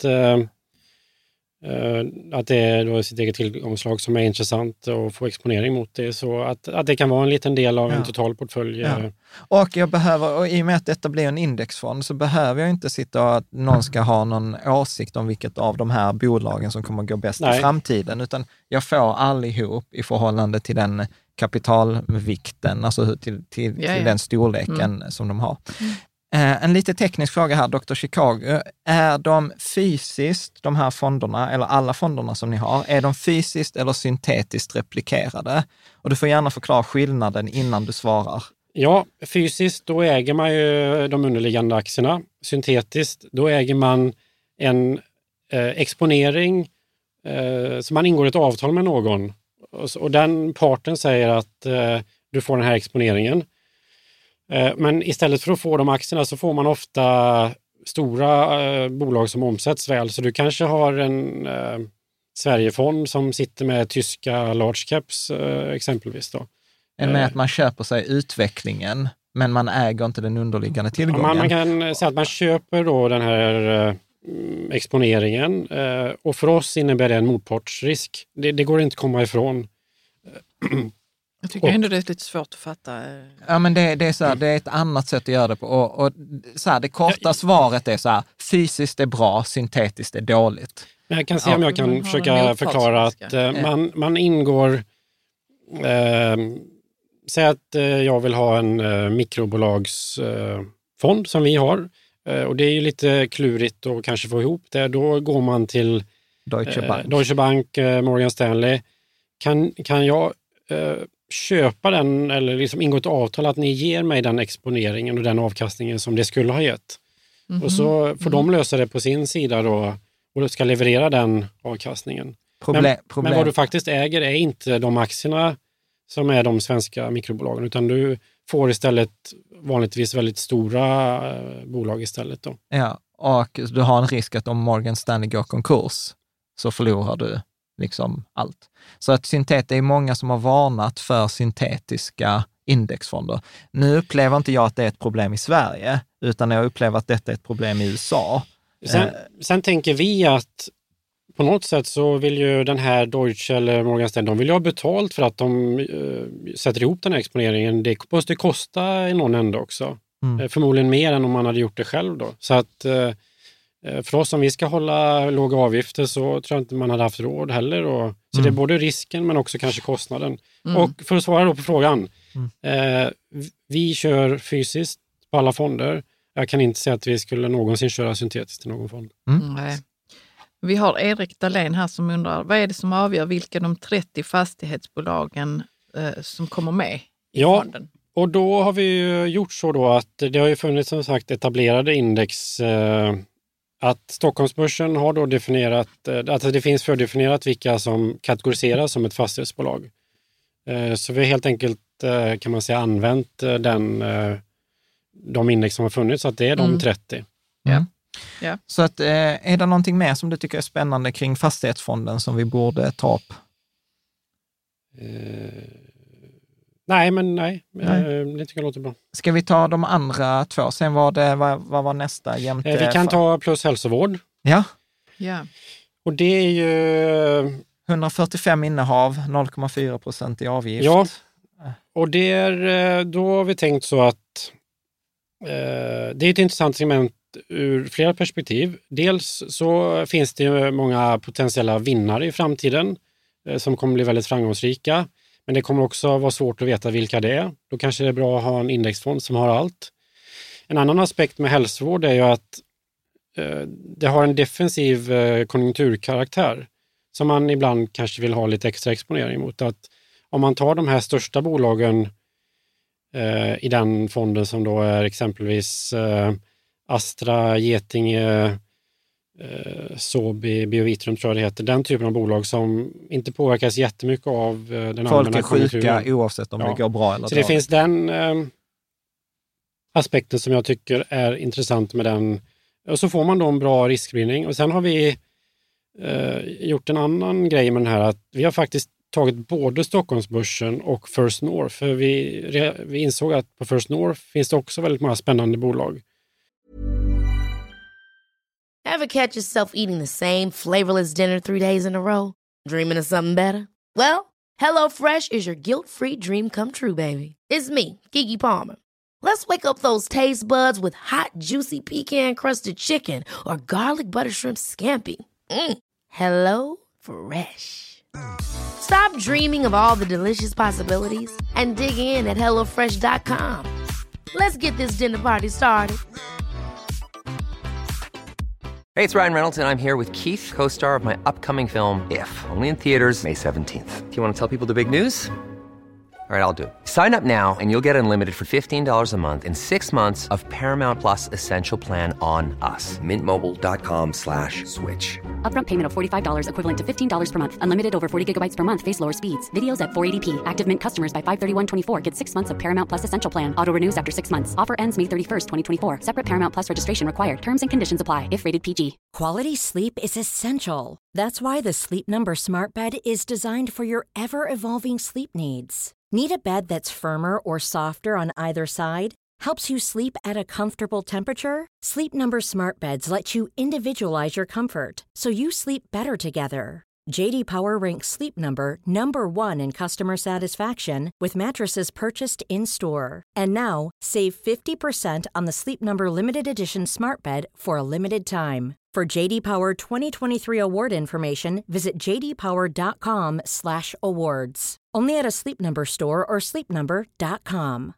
Att det är då sitt eget tillgångslag som är intressant och få exponering mot det. Så att det kan vara en liten del av en total portfölj. Ja. Och i och med att detta blir en indexfond så behöver jag inte sitta och att någon ska ha någon åsikt om vilket av de här bolagen som kommer att gå bäst i framtiden. Utan jag får allihop i förhållande till den kapitalvikten, alltså till den storleken som de har. En lite teknisk fråga här, Dr. Chicago. Är de fysiskt, de här fonderna, eller alla fonderna som ni har, är de fysiskt eller syntetiskt replikerade? Och du får gärna förklara skillnaden innan du svarar. Ja, fysiskt, då äger man ju de underliggande aktierna. Syntetiskt, då äger man en exponering så man ingår ett avtal med någon. Och den parten säger att du får den här exponeringen. Men istället för att få de aktierna så får man ofta stora bolag som omsätts väl. Så du kanske har en Sverigefond som sitter med tyska large caps exempelvis då. Med att man köper sig utvecklingen, men man äger inte den underliggande tillgången. Man kan säga att man köper då den här exponeringen och för oss innebär det en motpartsrisk. Det går inte att komma ifrån. Jag tycker ändå det är lite svårt att fatta. Ja, men det är så här, det är ett annat sätt att göra det på. Och så här, det korta svaret är så här, fysiskt är bra, syntetiskt är dåligt. Jag kan se om jag kan försöka förklara att man ingår, säg att jag vill ha en mikrobolagsfond som vi har. Och det är ju lite klurigt att kanske få ihop det. Då går man till Deutsche Bank, Morgan Stanley. Kan jag köpa den eller liksom ingå ett avtal att ni ger mig den exponeringen och den avkastningen som det skulle ha gett. Och så får de lösa det på sin sida då och ska leverera den avkastningen. Men vad du faktiskt äger är inte de aktierna som är de svenska mikrobolagen, utan du får istället vanligtvis väldigt stora bolag istället då. Ja, och du har en risk att om Morgan Stanley går konkurs så förlorar du liksom allt. Så att det är många som har varnat för syntetiska indexfonder. Nu upplever inte jag att det är ett problem i Sverige, utan jag upplever att detta är ett problem i USA. Sen tänker vi att på något sätt så vill ju den här Deutsche eller Morgan Stanley, de vill ju ha betalt för att de sätter ihop den här exponeringen. Det måste kosta i någon ände också. Förmodligen mer än om man hade gjort det själv då. Så att för oss som vi ska hålla låga avgifter så tror jag inte man hade haft råd heller. Så det är både risken men också kanske kostnaden. Och för att svara då på frågan. Vi kör fysiskt på alla fonder. Jag kan inte säga att vi skulle någonsin köra syntetiskt i någon fond. Nej. Vi har Erik Dahlén här som undrar, vad är det som avgör vilka de 30 fastighetsbolagen som kommer med i fonden? Och då har vi ju gjort så då att det har ju funnits som sagt etablerade index. Att Stockholmsbörsen har då definierat, alltså det finns fördefinierat vilka som kategoriseras som ett fastighetsbolag. Så vi har helt enkelt kan man säga använt de index som har funnits, så att det är de 30. Ja. Så att, är det någonting mer som du tycker är spännande kring fastighetsfonden som vi borde ta upp? Nej. Det tycker jag låter bra. Ska vi ta de andra två? Sen vad var nästa jämte? Vi kan ta plus hälsovård. Ja. Ja. Och det är ju 145 innehav, 0,4% i avgift. Ja, och då har vi tänkt så att det är ett intressant segment ur flera perspektiv. Dels så finns det många potentiella vinnare i framtiden som kommer bli väldigt framgångsrika. Men det kommer också vara svårt att veta vilka det är. Då kanske det är bra att ha en indexfond som har allt. En annan aspekt med hälsovård är ju att det har en defensiv konjunkturkaraktär som man ibland kanske vill ha lite extra exponering mot. Att om man tar de här största bolagen i den fonden som då är exempelvis Astra, Getinge, Sobi, Biovitrum tror jag det heter. Den typen av bolag som inte påverkas jättemycket av den allmänna konjunkturen. Folk är sjuka oavsett om det går bra eller så dåligt. Det finns den aspekten som jag tycker är intressant med den. Och så får man då en bra riskspridning. Och sen har vi gjort en annan grej med den här. Att vi har faktiskt tagit både Stockholmsbörsen och First North. För vi insåg att på First North finns det också väldigt många spännande bolag. Ever catch yourself eating the same flavorless dinner 3 days in a row? Dreaming of something better? Well, HelloFresh is your guilt-free dream come true, baby. It's me, Keke Palmer. Let's wake up those taste buds with hot, juicy pecan-crusted chicken or garlic butter shrimp scampi. Hello Fresh. Stop dreaming of all the delicious possibilities and dig in at HelloFresh.com. Let's get this dinner party started. Hey, it's Ryan Reynolds, and I'm here with Keith, co-star of my upcoming film, If, only in theaters May 17th. Do you want to tell people the big news? All right, I'll do it. Sign up now and you'll get unlimited for $15 a month and 6 months of Paramount Plus Essential Plan on us. MintMobile.com/switch. Upfront payment of $45 equivalent to $15 per month. Unlimited over 40 gigabytes per month. Face lower speeds. Videos at 480p. Active Mint customers by 531.24 get 6 months of Paramount Plus Essential Plan. Auto renews after 6 months. Offer ends May 31st, 2024. Separate Paramount Plus registration required. Terms and conditions apply if rated PG. Quality sleep is essential. That's why the Sleep Number Smart Bed is designed for your ever-evolving sleep needs. Need a bed that's firmer or softer on either side? Helps you sleep at a comfortable temperature? Sleep Number Smart Beds let you individualize your comfort so you sleep better together. JD Power ranks Sleep Number #1 in customer satisfaction with mattresses purchased in-store. And now, save 50% on the Sleep Number Limited Edition Smart Bed for a limited time. For JD Power 2023 award information, visit jdpower.com/awards. Only at a Sleep Number store or sleepnumber.com.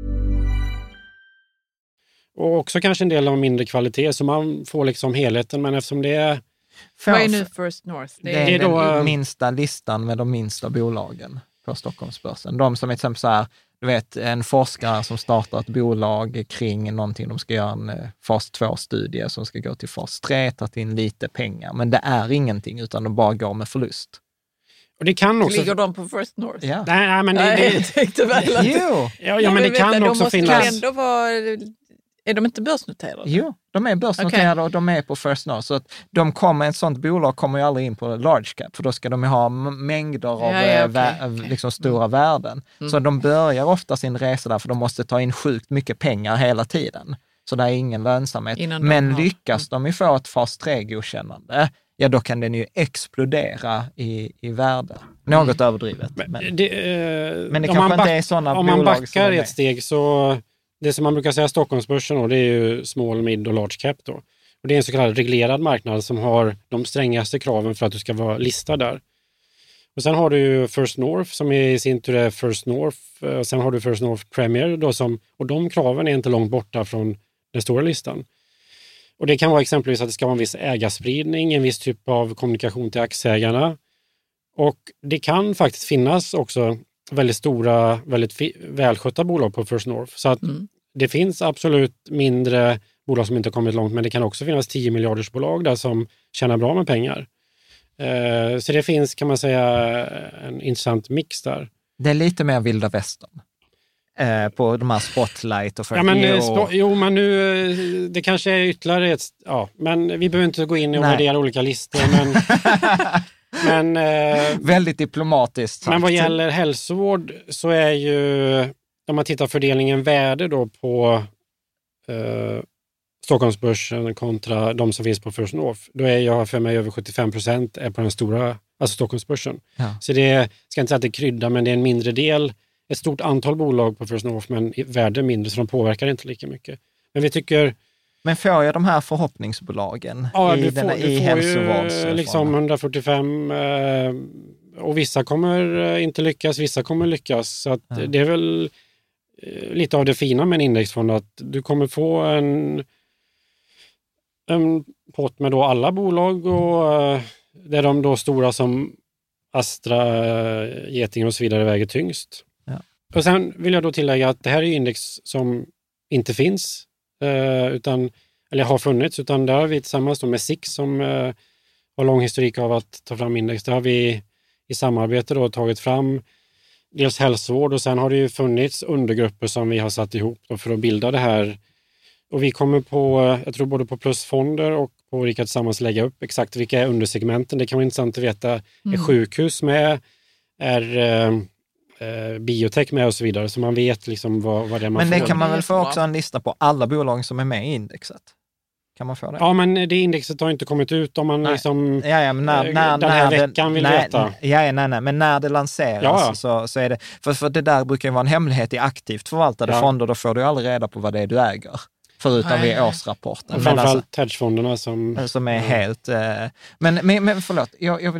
Och också kanske en del av mindre kvalitet så man får liksom helheten, men eftersom det är... Vad är nu First North? Det är då den minsta listan med de minsta bolagen på Stockholmsbörsen. De som exempel så här, du vet, en forskare som startar ett bolag kring någonting, de ska göra en fas 2-studie som ska gå till fas 3, ta in lite pengar. Men det är ingenting, utan de bara går med förlust. Och det kan också... Ligger de på First North? Ja. Nej, men jag tänkte väl att... Jo! Ja, men det kan också finnas... Ändå vara... Är de inte börsnoterade? Jo, de är börsnoterade och de är på First North. Så att ett sånt bolag kommer ju aldrig in på large cap, för då ska de ju ha mängder av liksom stora värden. Så de börjar ofta sin resa där, för de måste ta in sjukt mycket pengar hela tiden. Så det är ingen lönsamhet. Men lyckas de ju få ett fas 3-godkännande, ja då kan den ju explodera i värde. Något överdrivet. Men det kanske inte är sådana bolag. Om man backar ett steg så... Det som man brukar säga Stockholmsbörsen då, det är ju small, mid och large cap då. Och det är en så kallad reglerad marknad som har de strängaste kraven för att du ska vara listad där. Och sen har du ju First North som i sin tur är First North. Och sen har du First North Premier då och de kraven är inte långt borta från den stora listan. Och det kan vara exempelvis att det ska vara en viss ägarspridning, en viss typ av kommunikation till aktieägarna. Och det kan faktiskt finnas också väldigt stora, väldigt välskötta bolag på First North. Så att det finns absolut mindre bolag som inte har kommit långt, men det kan också finnas 10 miljarders bolag där som tjänar bra med pengar. Så det finns, kan man säga, en intressant mix där. Det är lite mer vilda västern på de här Spotlight och för men nu det kanske är ytterligare ett... Ja, men vi behöver inte gå in och värdera olika listor, men väldigt diplomatiskt sagt. Men vad gäller hälsovård så är ju, om man tittar fördelningen värde då på Stockholmsbörsen kontra de som finns på First North, då är jag för mig över 75% är på den stora, alltså Stockholmsbörsen. Ja. Så det ska inte säga att det kryddar, men det är en mindre del, ett stort antal bolag på First North, men värde mindre, så de påverkar inte lika mycket. Men vi tycker... Men får jag de här förhoppningsbolagen du får ju liksom 145 och vissa kommer inte lyckas, vissa kommer lyckas. Så att det är väl lite av det fina med en indexfond, att du kommer få en pott med då alla bolag, och det är de då stora som Astra, Getinge och så vidare väger tyngst. Ja. Och sen vill jag då tillägga att det här är index som inte finns, eller har funnits, utan där har vi tillsammans med SIX som har lång historik av att ta fram index. Där har vi i samarbete då tagit fram dels hälsovård, och sen har det ju funnits undergrupper som vi har satt ihop då för att bilda det här. Och vi kommer på, jag tror både på Plusfonder och på Rika tillsammans lägga upp exakt vilka är undersegmenten. Det kan vara intressant att veta. Är sjukhus med? Är biotech med och så vidare, så man vet liksom vad det är man får. Men det kan man väl få också en lista på alla bolag som är med i indexet? Kan man få det? Ja, men det indexet har inte kommit ut om man liksom men när den här veckan vill veta. Men när det lanseras så är det, för det där brukar ju vara en hemlighet i aktivt förvaltade fonder, då får du aldrig reda på vad det är du äger. Förutom vid årsrapporten. Och framförallt hedgefonderna som är helt... Men förlåt,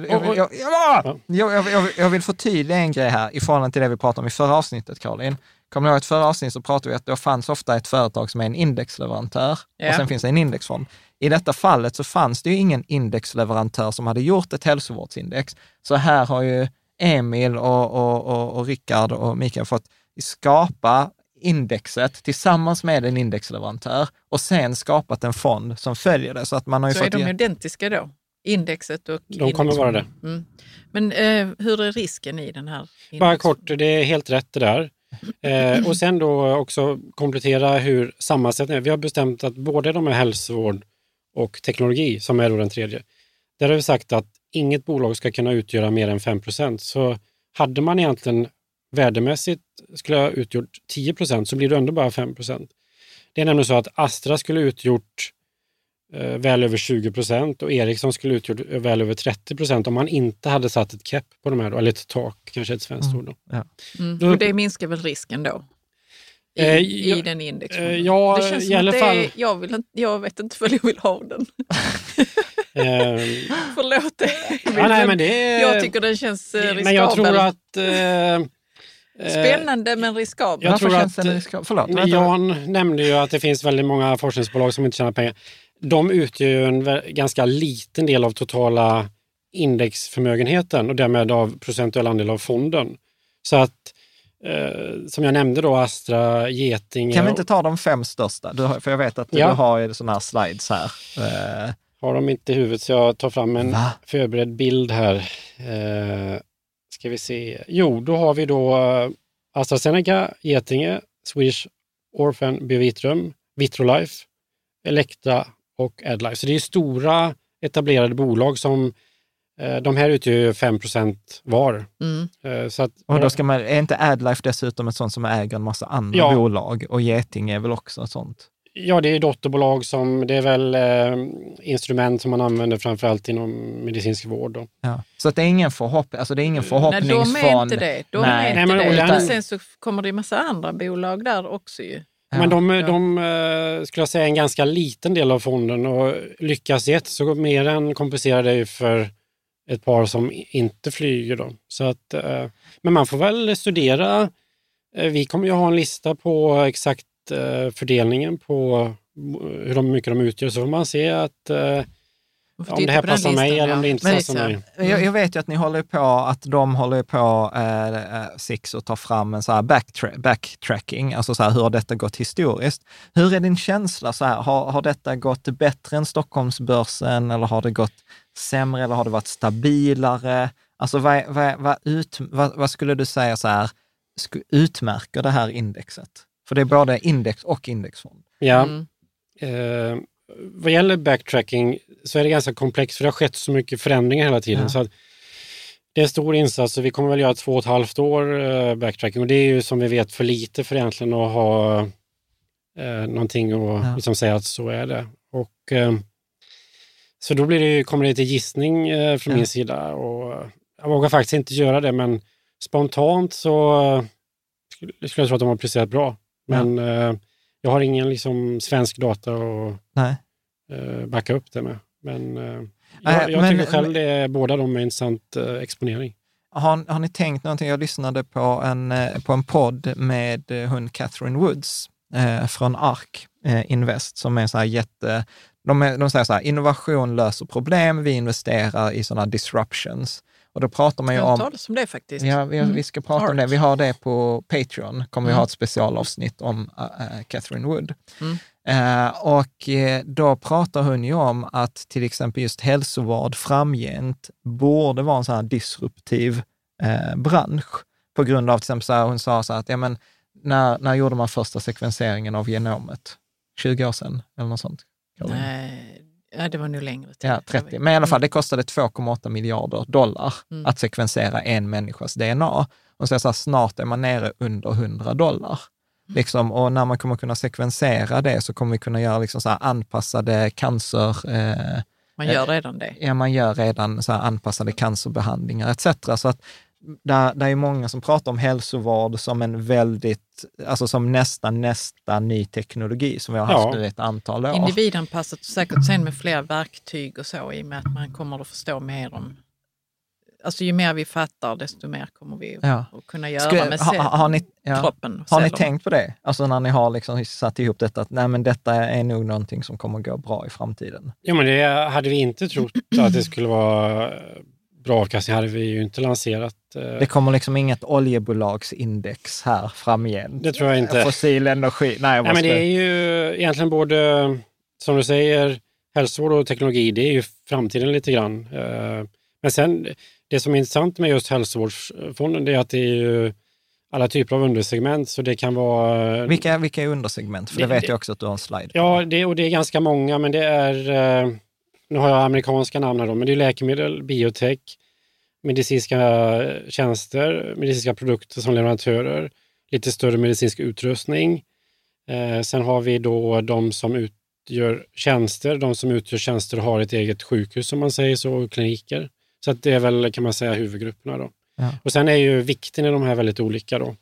jag vill förtydliga en grej här i förhållande till det vi pratade om i förra avsnittet, Caroline. Kommer ni ihåg, i ett förra avsnitt så pratade vi att det fanns ofta ett företag som är en indexleverantör och sen finns det en indexfond. I detta fallet så fanns det ju ingen indexleverantör som hade gjort ett hälsovårdsindex. Så här har ju Emil och Rickard och Mikael fått skapa indexet tillsammans med en indexleverantör och sen skapat en fond som följer det. Så att man har ju så är de identiska då? Indexet och de kommer vara det. Mm. Men hur är risken i den här indexen? Bara kort, det är helt rätt det där. Och sen då också komplettera hur sammansättningen är. Vi har bestämt att både de är hälsovård och teknologi, som är då den tredje. Där har vi sagt att inget bolag ska kunna utgöra mer än 5%. Så hade man egentligen värdemässigt skulle ha utgjort 10%, så blir det ändå bara 5%. Det är nämligen så att Astra skulle utgjort väl över 20% och Ericsson skulle utgjort väl över 30% om man inte hade satt ett cap på de här, eller ett tak, kanske ett svenskt ord. Och det minskar väl risken då? I den indexfonden? Ja, det känns i alla fall. Jag vet inte vad jag vill ha den. Förlåt. Jag tycker den känns riskabel. Men jag tror att... Spännande men riskabel. Jag tror att Jan nämnde ju att det finns väldigt många forskningsbolag som inte tjänar pengar. De utgör ju en ganska liten del av totala indexförmögenheten och därmed av procentuell andel av fonden. Så att, som jag nämnde då, Astra, Getinge... Kan vi inte ta de 5 största? För jag vet att du har ju sådana här slides här. Har de inte i huvudet, så jag tar fram en förberedd bild här. Ska vi se. Jo, då har vi då AstraZeneca, Getinge, Swedish Orphan Biovitrum, Vitrolife, Elekta och AdLife. Så det är stora etablerade bolag som de här utgör ju 5% var. Så att, och då ska man, är inte AdLife dessutom ett sånt som äger en massa andra bolag? Och Getinge är väl också ett sånt? Ja, det är dotterbolag som, det är väl instrument som man använder framförallt inom medicinsk vård. Då. Ja. Så att det är ingen förhoppningsfond? Nej, de är inte det. Men sen så kommer det en massa andra bolag där också ju. Men de skulle jag säga en ganska liten del av fonden, och lyckas i ett så mer än kompenserar det för ett par som inte flyger då. Så att, men man får väl studera. Vi kommer ju ha en lista på exakt fördelningen på hur mycket de utgör, så får man se att om det här passar mig eller om det inte passar mig. Jag vet ju att ni håller på, att de håller på Six och tar fram en så här backtracking, alltså så här, hur har detta gått historiskt? Hur är din känsla så här? Har detta gått bättre än Stockholmsbörsen, eller har det gått sämre, eller har det varit stabilare? Alltså vad skulle du säga så här utmärker det här indexet? För det är både index och indexfond. Ja. Vad gäller backtracking så är det ganska komplext, för det har skett så mycket förändringar hela tiden. Så att det är en stor insats, och vi kommer väl göra 2,5 år backtracking. Och det är ju som vi vet för lite för egentligen att ha någonting och liksom säga att så är det. Och så då kommer det till gissning från min sida, och jag vågar faktiskt inte göra det, men spontant så skulle jag tro att de har presterat bra. Men jag har ingen liksom svensk data att backa upp det med. Men jag tycker själv det är båda de med intressant exponering. Har ni tänkt någonting? Jag lyssnade på en podd med hon Catherine Woods från ARK Invest, som är så här de säger så här: innovation löser problem, vi investerar i sådana disruptions. Och då pratar man ju om... talas om det faktiskt. Ja, vi ska prata om det. Vi har det på Patreon. Kommer vi ha ett specialavsnitt om Catherine Wood. Och då pratar hon ju om att till exempel just hälsovård framgent borde vara en sån här disruptiv bransch. På grund av till exempel så här, hon sa så här att när gjorde man första sekvenseringen av genomet? 20 år sedan eller något sånt? Nej. Ja, det var nu längre tid. Ja, 30. Men i alla fall, det kostade 2,8 miljarder dollar att sekvensera en människas DNA. Och så här, snart är man nere under $100. Liksom, och när man kommer kunna sekvensera det så kommer vi kunna göra liksom så här anpassade cancer... man gör redan det. Ja, man gör redan så här anpassade cancerbehandlingar etc. Så att där är många som pratar om hälsovård som en väldigt, alltså som nästa ny teknologi som vi har haft nu ett antal år. Individanpassat och säkert sen med fler verktyg och så, i och med att man kommer att förstå mer om, alltså ju mer vi fattar desto mer kommer vi att kunna göra med kroppen. Har ni tänkt på det? Alltså när ni har liksom satt ihop detta, att nej, men detta är nog någonting som kommer gå bra i framtiden. Ja, men det hade vi inte trott att det skulle vara bra avkastning, hade vi ju inte lanserat. Det kommer liksom inget oljebolagsindex här framgent. Det tror jag inte. Fossil energi. Nej, men det är ju egentligen både, som du säger, hälsovård och teknologi, det är ju framtiden lite grann. Men sen, det som är intressant med just hälsovårdsfonden, det är att det är ju alla typer av undersegment, så det kan vara... Vilka är undersegment? För det vet jag också att du har en slide. Ja, det är ganska många, men det är... Nu har jag amerikanska namn här då, men det är läkemedel, biotech, medicinska tjänster, medicinska produkter som leverantörer, lite större medicinsk utrustning. Sen har vi då de som utgör tjänster. De som utgör tjänster har ett eget sjukhus, som man säger så, och kliniker. Så att det är väl, kan man säga, huvudgrupperna då. Ja. Och sen är ju vikten i de här väldigt olika då.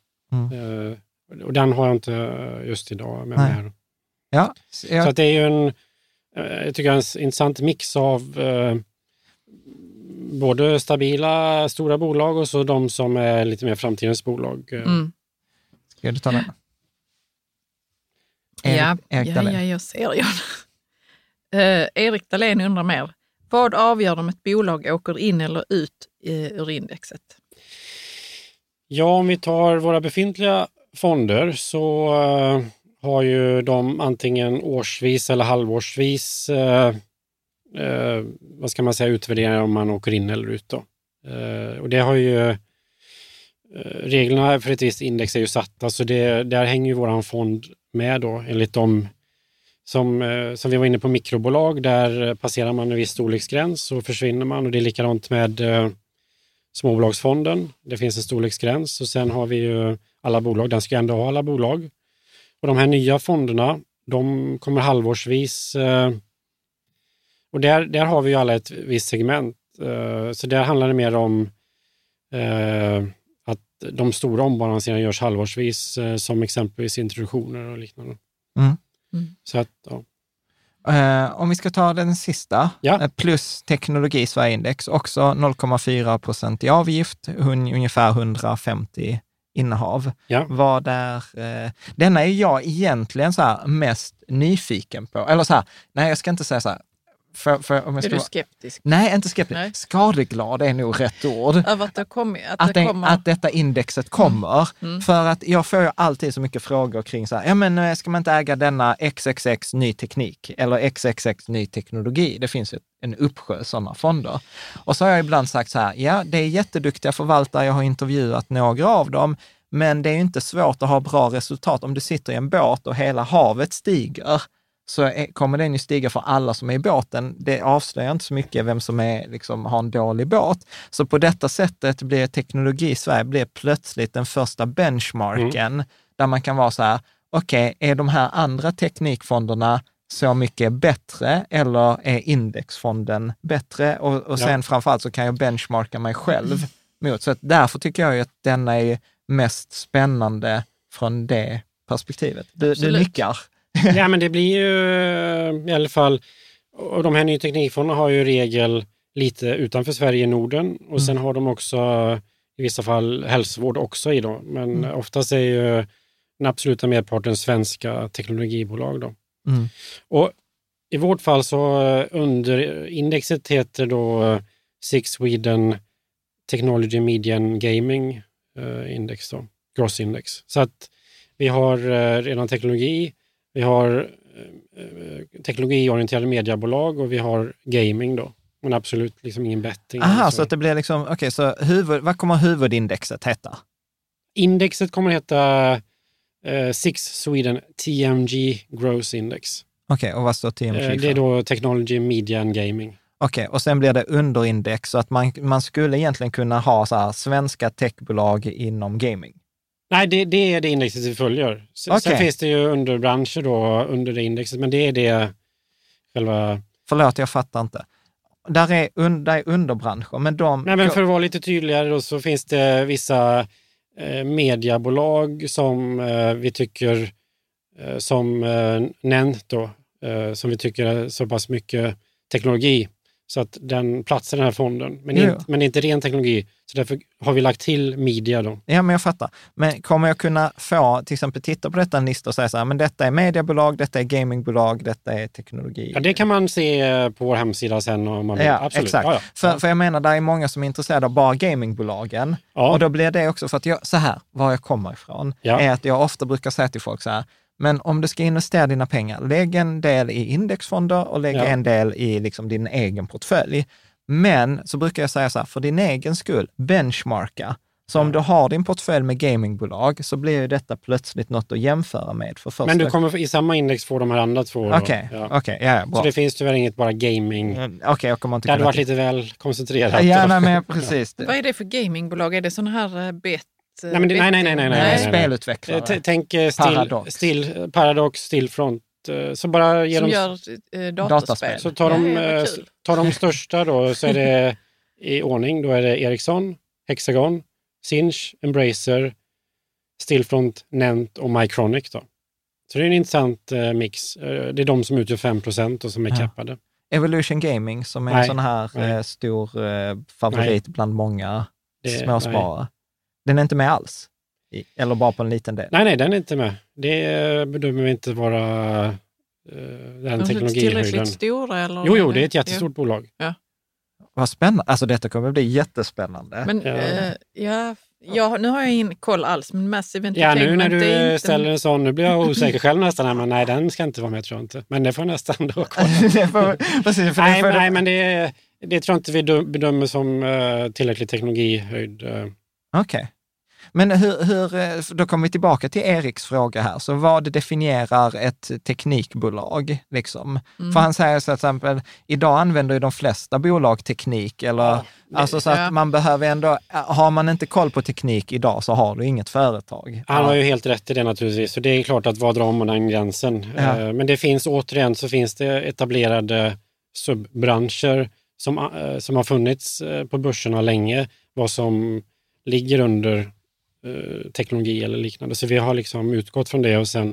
Och den har jag inte just idag med mig här. Ja. Så att det är ju en... Jag tycker en intressant mix av både stabila stora bolag och så de som är lite mer framtidens bolag. Ska du ta den? Jag ser ju. Erik Dahlén undrar mer. Vad avgör om ett bolag åker in eller ut ur indexet? Ja, om vi tar våra befintliga fonder så... har ju de antingen årsvis eller halvårsvis vad ska man säga, utvärderingar om man åker in eller ut då. Och det har ju reglerna för ett visst index är ju satta, så där hänger ju våran fond med då, enligt de som vi var inne på, mikrobolag, där passerar man en viss storleksgräns så försvinner man, och det är likadant med småbolagsfonden. Det finns en storleksgräns, och sen har vi ju alla bolag, den ska ändå ha alla bolag. Och de här nya fonderna, de kommer halvårsvis, och där har vi ju alla ett visst segment. Så där handlar det mer om att de stora ombalanseringarna görs halvårsvis, som exempelvis introduktioner och liknande. Så att, om vi ska ta den sista, plus teknologi Sverigeindex, också 0,4% i avgift, ungefär 150 innehav. Vad är, denna är jag egentligen så här mest nyfiken på. Eller så här, nej, jag ska inte säga så här. Om jag är du skeptisk? Nej, inte skeptisk. Nej. Skadeglad är nog rätt ord. Att detta indexet kommer. För att jag får ju alltid så mycket frågor kring så här, ja men ska man inte äga denna XXX ny teknik eller XXX ny teknologi? Det finns ju en uppsjö sådana fonder. Och så har jag ibland sagt så här, ja, det är jätteduktiga förvaltare, jag har intervjuat några av dem, men det är ju inte svårt att ha bra resultat. Om du sitter i en båt och hela havet stiger, så kommer den ju stiga för alla som är i båten. Det avslöjar inte så mycket vem som är, liksom, har en dålig båt. Så på detta sättet blir teknologi i Sverige plötsligt den första benchmarken där man kan vara så här, okej, är de här andra teknikfonderna så mycket bättre eller är indexfonden bättre? Och sen framförallt så kan jag benchmarka mig själv mot. Så att därför tycker jag ju att denna är mest spännande från det perspektivet. Du nickar. Ja, men det blir ju i alla fall, och de här nya teknikfonderna har ju regel lite utanför Sverige i Norden och sen har de också i vissa fall hälsovård också i då. Men oftast är ju den absoluta merparten svenska teknologibolag då. Och i vårt fall så under indexet heter då SIX Sweden Technology Median Gaming Index då, Gross Index. Så att vi har redan teknologi, vi har teknologiorienterade mediebolag och vi har gaming då. Men absolut liksom ingen betting. Aha, så att det blir liksom, okej, så vad kommer huvudindexet heta? Indexet kommer heta SIX Sweden TMG Gross Index. Okej, och vad står TMG för? Det är då Technology, Media and Gaming. Okej, och sen blir det underindex så att man skulle egentligen kunna ha så här svenska techbolag inom gaming. Nej, det är det indexet vi följer. Sen finns det ju underbranscher då under det indexet, men det är det själva... Förlåt, jag fattar inte. Där är underbranscher, men de... Nej, men för att vara lite tydligare då, så finns det vissa mediebolag som vi tycker som nämnt då, som vi tycker är så pass mycket teknologi så att den platsar i den här fonden. Men inte ren teknologi, så därför har vi lagt till media då. Ja, men jag fattar. Men kommer jag kunna få, till exempel titta på detta lista och säga så här, men detta är mediebolag, detta är gamingbolag, detta är teknologi. Ja, det kan man se på vår hemsida sen om man vill. Ja, absolut. Exakt. Ja. För jag menar, där är många som är intresserade av bara gamingbolagen. Ja. Och då blir det också för att var jag kommer ifrån, är att jag ofta brukar säga till folk så här, men om du ska investera dina pengar, lägg en del i indexfonder och lägg en del i liksom din egen portfölj. Men så brukar jag säga så här, för din egen skull, benchmarka. Så om du har din portfölj med gamingbolag så blir ju detta plötsligt något att jämföra med. För första... Men du kommer i samma index få de här andra två. Okej, bra. Så det finns tyvärr inget bara gaming. Jag kommer inte det hade varit lite väl koncentrerat. Ja, men precis. Vad är det för gamingbolag? Är det sådana här bet? Nej. Spelutvecklare. Tänk Paradox, Stillfront. Så bara som gör dataspel. Så tar de största då, så är det i ordning. Då är det Ericsson, Hexagon, Sinch, Embracer, Stillfront, Nent och Mycronic då. Så det är en intressant mix. Det är de som utgör 5% och som är kappade. Evolution Gaming som är en sån här stor favorit bland många småsparare. Den är inte med alls? Eller bara på en liten del? Nej, den är inte med. Det bedömer vi inte vara den teknologihöjden. Tillräckligt stora? Eller jo, det är ett jättestort bolag. Ja. Vad spännande. Alltså detta kommer bli jättespännande. Men nu har jag ingen koll alls. Men Massive Entertainment... Ja, nu när du ställer en sån, nu blir jag osäker själv nästan. Här, men nej, den ska inte vara med, tror jag inte. Men det får nästan då kolla. Nej, men det tror jag inte vi bedömer som tillräckligt teknologihöjd. Okej. Men hur, då kommer vi tillbaka till Eriks fråga här. Så vad definierar ett teknikbolag? Liksom? För han säger så att till exempel, idag använder ju de flesta bolag teknik. Eller, så att man behöver ändå, har man inte koll på teknik idag så har du inget företag. Han har ju helt rätt i det naturligtvis. Så det är klart att vad drar man den gränsen? Ja. Men det finns så finns det etablerade subbranscher som har funnits på börserna länge. Vad som ligger under teknologi eller liknande. Så vi har liksom utgått från det och sen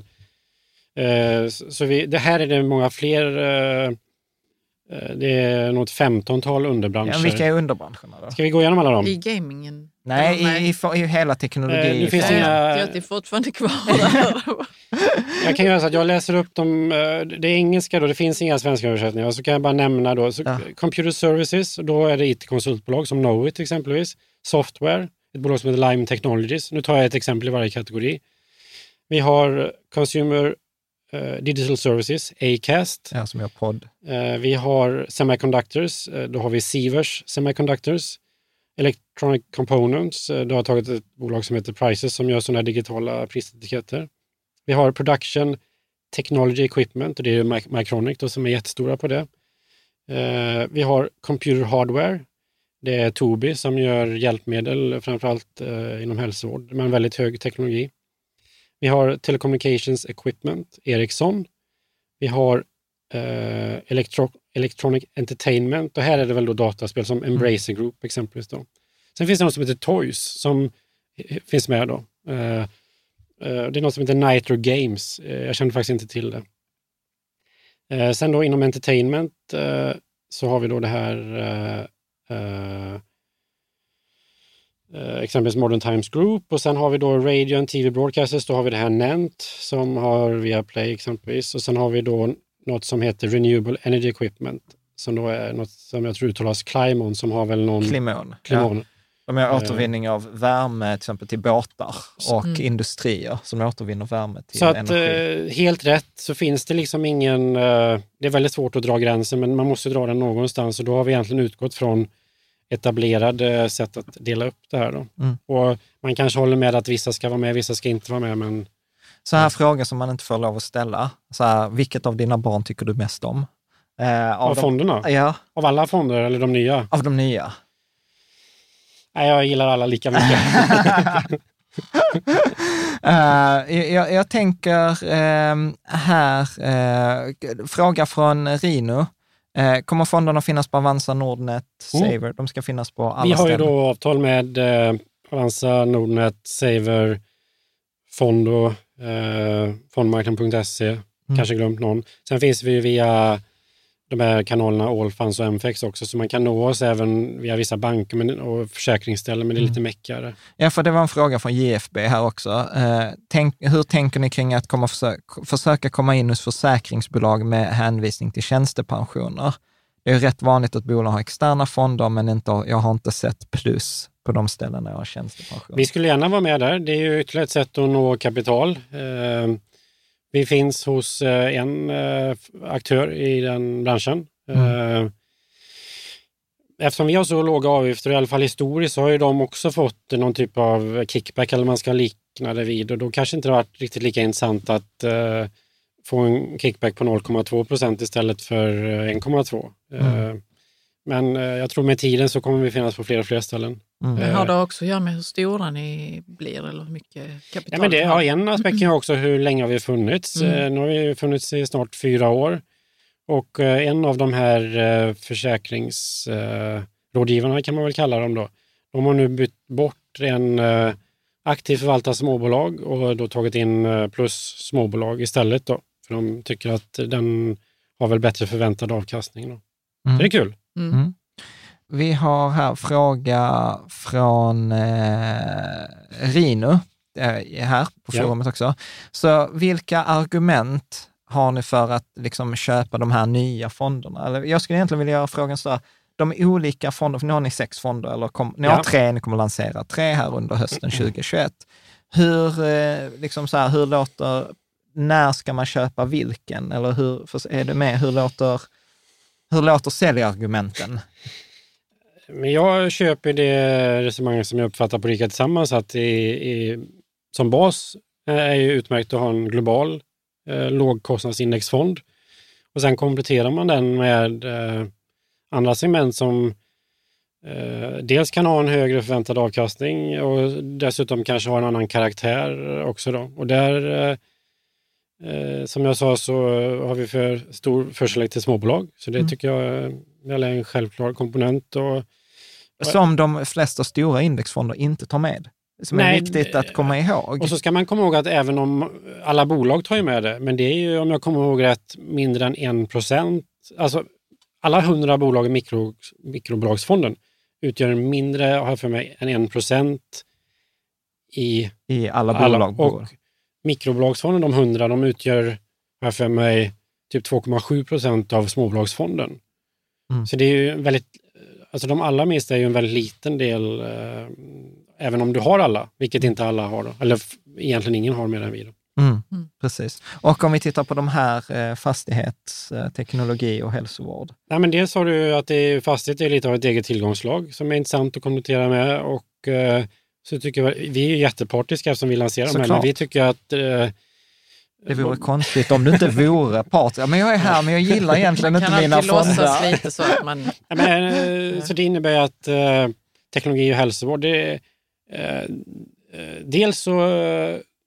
det här är det många fler det är något 15-tal underbranscher. Ja, vilka är underbranscherna då? Ska vi gå igenom alla dem? I gamingen? Nej, i hela teknologi. Det finns det är fortfarande kvar där. Jag kan göra så att jag läser upp dem. Det är engelska då, det finns inga svenska översättningar. Så kan jag bara nämna då. Computer Services, då är det IT-konsultbolag som Knowit exempelvis. Software, ett bolag som heter Lime Technologies. Nu tar jag ett exempel i varje kategori. Vi har Consumer Digital Services, Acast. Ja, som gör podd. Vi har Semiconductors, då har vi Sivers Semiconductors. Electronic Components, då har tagit ett bolag som heter Prices som gör sådana här digitala prisetiketter. Vi har Production Technology Equipment, och det är Mycronic då, som är jättestora på det. Vi har Computer Hardware. Det är Tobii som gör hjälpmedel framförallt inom hälsovård med en väldigt hög teknologi. Vi har Telecommunications Equipment, Ericsson. Vi har Electronic Entertainment, och här är det väl då dataspel som Embracer Group exempelvis då. Sen finns det något som heter Toys som finns med då. Det är något som heter Nitro Games. Jag känner faktiskt inte till det. Sen då inom Entertainment så har vi då det här exempelvis Modern Times Group, och sen har vi då Radio and TV Broadcasters, då har vi det här NENT som har Viaplay exempelvis, och sen har vi då något som heter Renewable Energy Equipment som då är något som jag tror uttalas Climon, som har väl någon... Climon. Ja. De gör återvinning av värme till exempel till båtar och industrier som återvinner värme till energi. Så att helt rätt så finns det liksom ingen... det är väldigt svårt att dra gränsen, men man måste dra den någonstans, och då har vi egentligen utgått från etablerade sätt att dela upp det här då. Och man kanske håller med att vissa ska vara med, vissa ska inte vara med, men... Så här frågor som man inte får lov att ställa. Så här, vilket av dina barn tycker du mest om? Av fonderna? Ja. Av alla fonder eller de nya? Av de nya. Nej, jag gillar alla lika mycket. Jag tänker här, fråga från Rino. Kommer fonderna finnas på Avanza, Nordnet, Saver? De ska finnas på alla ställen. Vi har ju då avtal med Avanza, Nordnet, Saver, Fondo, fondmarknaden.se, kanske glömt någon. Sen finns vi via de här kanalerna Allfunds och MFX också, så man kan nå oss även via vissa banker och försäkringsställen, men det är lite mäckigare. Ja, för det var en fråga från JFB här också. Hur tänker ni kring att försöka komma in hos försäkringsbolag med hänvisning till tjänstepensioner? Det är ju rätt vanligt att bolag har externa fonder, men jag har inte sett plus på de ställena jag har tjänstepension. Vi skulle gärna vara med där. Det är ju ytterligare ett sätt att nå kapital. Vi finns hos en aktör i den branschen. Eftersom vi har så låga avgifter, i alla fall historiskt, så har ju de också fått någon typ av kickback, eller man ska likna det vid. Och då kanske inte det har varit riktigt lika intressant att få en kickback på 0,2% istället för 1,2%. Men jag tror med tiden så kommer vi finnas på fler och fler ställen. Men har det också att göra med hur stora ni blir eller hur mycket kapital? Ja, men en aspekt är också hur länge har vi funnits. Nu har vi funnits i snart 4 år. Och en av de här försäkringsrådgivarna kan man väl kalla dem då. De har nu bytt bort en aktiv förvaltare småbolag och då tagit in plus småbolag istället då. För de tycker att den har väl bättre förväntad avkastning då. Så det är kul. Vi har här fråga från Rino här på forumet också. Så vilka argument har ni för att liksom köpa de här nya fonderna? Eller jag skulle egentligen vilja göra frågan så här, de olika fonderna, för nu har ni 6 fonder, eller ni har 3, ni kommer lansera 3 här under hösten 2021. Hur låter, när ska man köpa vilken? Eller är det med, hur låter säljargumenten? Men jag köper det resonemanget som jag uppfattar på Rika Tillsammans, att som bas är ju utmärkt att ha en global lågkostnadsindexfond. Och sen kompletterar man den med andra segment som dels kan ha en högre förväntad avkastning och dessutom kanske ha en annan karaktär också då. Och där, som jag sa, så har vi för stor försäljning till småbolag. Så det tycker jag är en självklar komponent. Som de flesta stora indexfonder inte tar med. Som är viktigt att komma ihåg. Och så ska man komma ihåg att även om alla bolag tar ju med det, men det är ju, om jag kommer ihåg rätt, mindre än 1%. Alltså alla 100 bolag i mikrobolagsfonden utgör mindre, har jag för mig, än 1% i alla bolag. Och mikrobolagsfonden, de 100, de utgör, har jag för mig, typ 2,7% av småbolagsfonden. Så det är ju väldigt, alltså de allra minsta är ju en väldigt liten del, även om du har alla, vilket inte alla har då. Eller egentligen ingen har mer än vi då. Precis. Och om vi tittar på de här fastighetsteknologi och hälsovård. Nej, men dels har du att fastighet är lite av ett eget tillgångslag som är intressant att kommentera med, och så tycker jag, vi är jättepartiska eftersom vi lanserar dem här, men vi tycker att det vore konstigt om du inte vore part. Ja, men jag är här, men jag gillar egentligen inte mina fonder. Lite så att man... Så det innebär att teknologi och hälsovård, dels så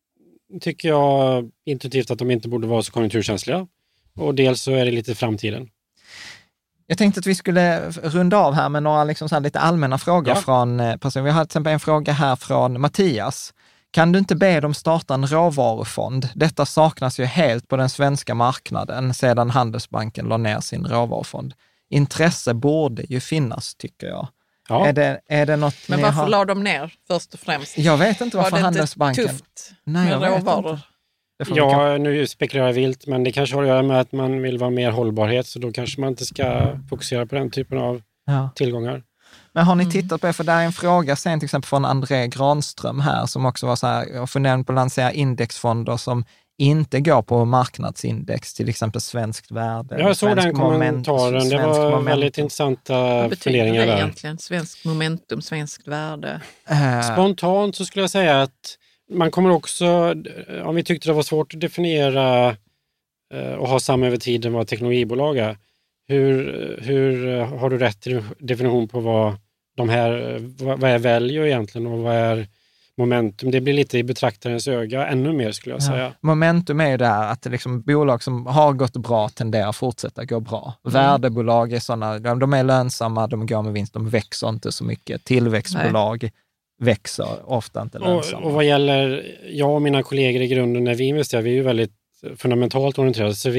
tycker jag intuitivt att de inte borde vara så konjunkturkänsliga. Och dels så är det lite framtiden. Jag tänkte att vi skulle runda av här med några liksom så här lite allmänna frågor från personer. Vi har till exempel en fråga här från Mattias. Kan du inte be dem starta en råvarufond? Detta saknas ju helt på den svenska marknaden sedan Handelsbanken la ner sin råvarufond. Intresse borde ju finnas, tycker jag. Ja. Är det något men varför la de ner först och främst? Jag vet inte varför Handelsbanken... Var det inte tufft med råvaror? Ja, nu spekulerar jag vilt, men det kanske har att göra med att man vill vara mer hållbarhet, så då kanske man inte ska fokusera på den typen av tillgångar. Men har ni tittat på det? För det är en fråga sen till exempel från André Granström här, som också var så här, jag funderar på att lansera indexfonder som inte går på marknadsindex, till exempel svenskt värde. Jag såg den kommentaren, det var väldigt intressanta funderingar där. Egentligen svensk momentum, svenskt värde. Spontant så skulle jag säga att man kommer också, om vi tyckte det var svårt att definiera och ha samma över tiden vad teknologibolag är, hur har du rätt definition på vad är value egentligen och vad är momentum? Det blir lite i betraktarens öga ännu mer, skulle jag säga. Momentum är ju det här att det liksom, bolag som har gått bra tenderar att fortsätta gå bra. Värdebolag är sådana, de är lönsamma, de går med vinst, de växer inte så mycket. Tillväxtbolag växer ofta inte lönsamma. Och vad gäller jag och mina kollegor i grunden när vi investerar, vi är ju väldigt fundamentalt orienterade, så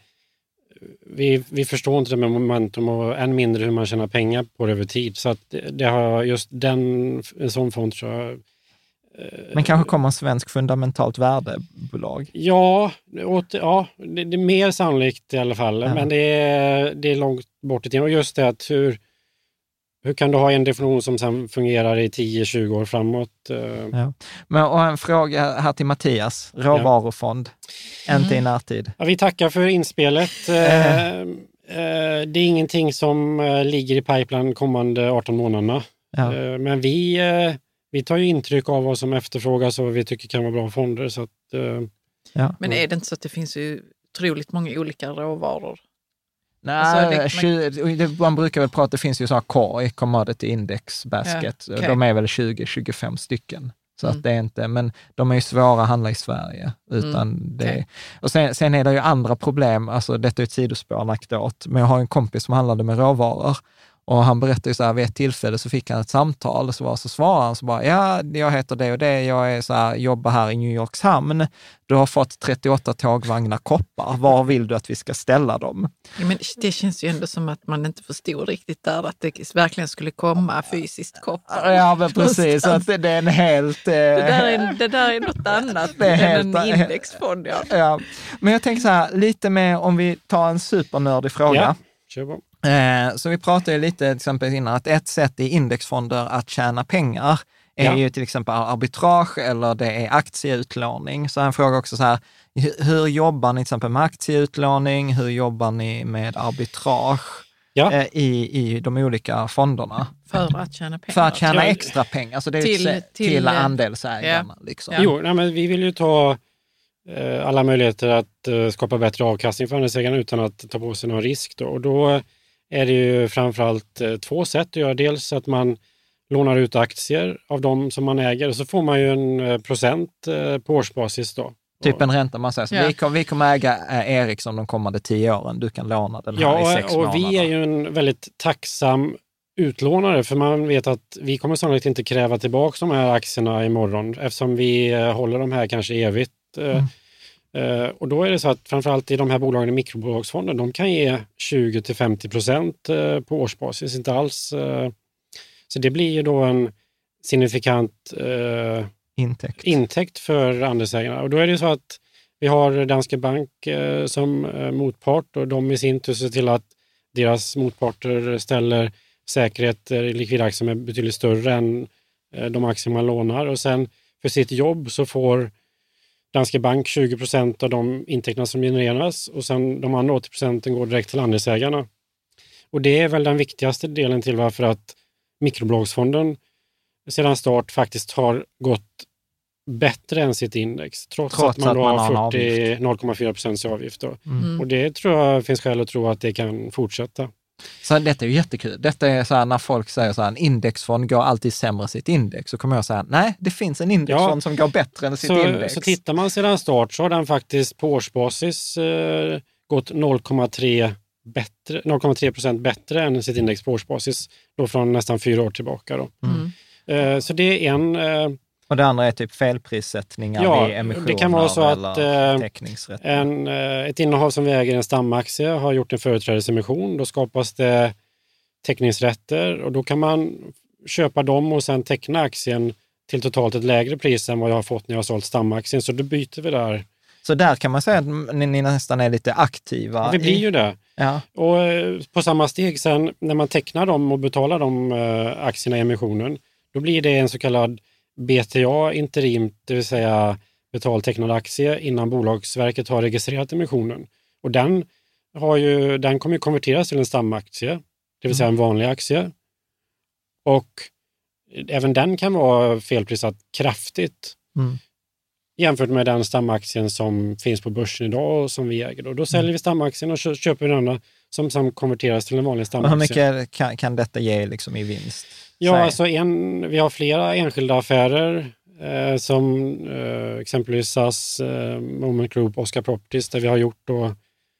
vi förstår inte det med momentum och än mindre hur man tjänar pengar på det över tid. Så att det har just en sån fond, tror jag. Men kanske kommer en svensk fundamentalt värdebolag? Ja, det är mer sannolikt i alla fall. Ja. Men det är långt bort i tiden. Och just det att hur kan du ha en definition som sen fungerar i 10-20 år framåt? Ja. Och en fråga här till Mattias. Råvarufond, inte i närtid. Ja, vi tackar för inspelet. Det är ingenting som ligger i pipeline kommande 18 månaderna. Ja. Men vi tar ju intryck av vad som efterfrågas och vad vi tycker kan vara bra fonder. Så att, Men är det inte så att det finns ju otroligt många olika råvaror? Nej, man brukar väl prata, det finns ju så här commodity index basket. Ja, okay. De är väl 20-25 stycken. Så att det är inte, men de är ju svåra att handla i Sverige. Utan det, och sen är det ju andra problem, alltså detta är ett sidospår, anekdot. Men jag har en kompis som handlade med råvaror. Och han berättade ju så här, vid ett tillfälle så fick han ett samtal och så svarade han så bara, jag heter det och det, jag är så här, jobbar här i New Yorks hamn. Du har fått 38 tågvagnar koppar, var vill du att vi ska ställa dem? Ja, men det känns ju ändå som att man inte förstod riktigt där att det verkligen skulle komma fysiskt koppar. Ja, men precis, så att det är en helt... Det där är något annat än en indexfond. Ja. Men jag tänker så här, lite mer om vi tar en supernördig fråga. Ja, kör på. Så vi pratade ju lite till exempel innan att ett sätt i indexfonder att tjäna pengar är ju till exempel arbitrage eller det är aktieutlåning. Så en fråga också så här, hur jobbar ni till exempel med aktieutlåning? Hur jobbar ni med arbitrage i de olika fonderna? För att tjäna pengar. För att tjäna extra pengar. Alltså det är till andelsägarna. Liksom. Jo, men vi vill ju ta alla möjligheter att skapa bättre avkastning för andelsägarna utan att ta på sig någon risk. Och då är det ju framförallt två sätt att göra. Dels att man lånar ut aktier av de som man äger och så får man ju en procent på årsbasis då. Typ en ränta man säger. Så vi kommer äga Ericsson de kommande 10 åren. Du kan låna den här i 6 månader. Och vi är ju en väldigt tacksam utlånare för man vet att vi kommer sannolikt inte kräva tillbaka de här aktierna imorgon eftersom vi håller de här kanske evigt. Och då är det så att framförallt i de här bolagen i mikrobolagsfonden, de kan ge 20-50% på årsbasis, inte alls. Så det blir ju då en signifikant intäkt för andelsägarna. Och då är det så att vi har Danske Bank som motpart och de i sin tur ser till att deras motparter ställer säkerheter i likvidaktier som är betydligt större än de aktier man lånar. Och sen för sitt jobb så får Danske Bank 20% av de intäkterna som genereras och sen de andra 80% går direkt till andelsägarna. Och det är väl den viktigaste delen till varför att mikrobolagsfonden sedan start faktiskt har gått bättre än sitt index. Trots att man har 0,4% avgift. Och det tror jag finns skäl att tro att det kan fortsätta. Så detta är ju jättekul. Detta är så här när folk säger så här, en indexfond går alltid sämre sitt index. Så kommer jag säga, nej, det finns en indexfond som går bättre än sitt index. Så tittar man sedan start så har den faktiskt på årsbasis gått 0,3% bättre än sitt index på årsbasis då från nästan 4 år tillbaka. Då. Så det är en... Och det andra är typ felprissättningar vid emissioner. Det kan vara så att teckningsrätt. Ett innehav som vi äger en stamaktie har gjort en företrädesemission. Då skapas det teckningsrätter och då kan man köpa dem och sen teckna aktien till totalt ett lägre pris än vad jag har fått när jag har sålt stamaktien. Så då byter vi där. Så där kan man säga att ni nästan är lite aktiva. Ja, vi blir ju det. Ja. Och på samma steg sen när man tecknar dem och betalar de aktierna i emissionen, då blir det en så kallad BTA interimt, det vill säga betaltecknad aktie innan Bolagsverket har registrerat emissionen. Och den kommer ju konverteras till en stamaktie, det vill säga en vanlig aktie. Och även den kan vara felprissatt kraftigt jämfört med den stamaktien som finns på börsen idag och som vi äger. Då säljer vi stamaktien och köper den andra som konverteras till en vanlig stamaktie. Hur mycket kan detta ge liksom i vinst? Ja, alltså vi har flera enskilda affärer som exempelvis SAS, Moment Group, Oscar Properties där vi har gjort då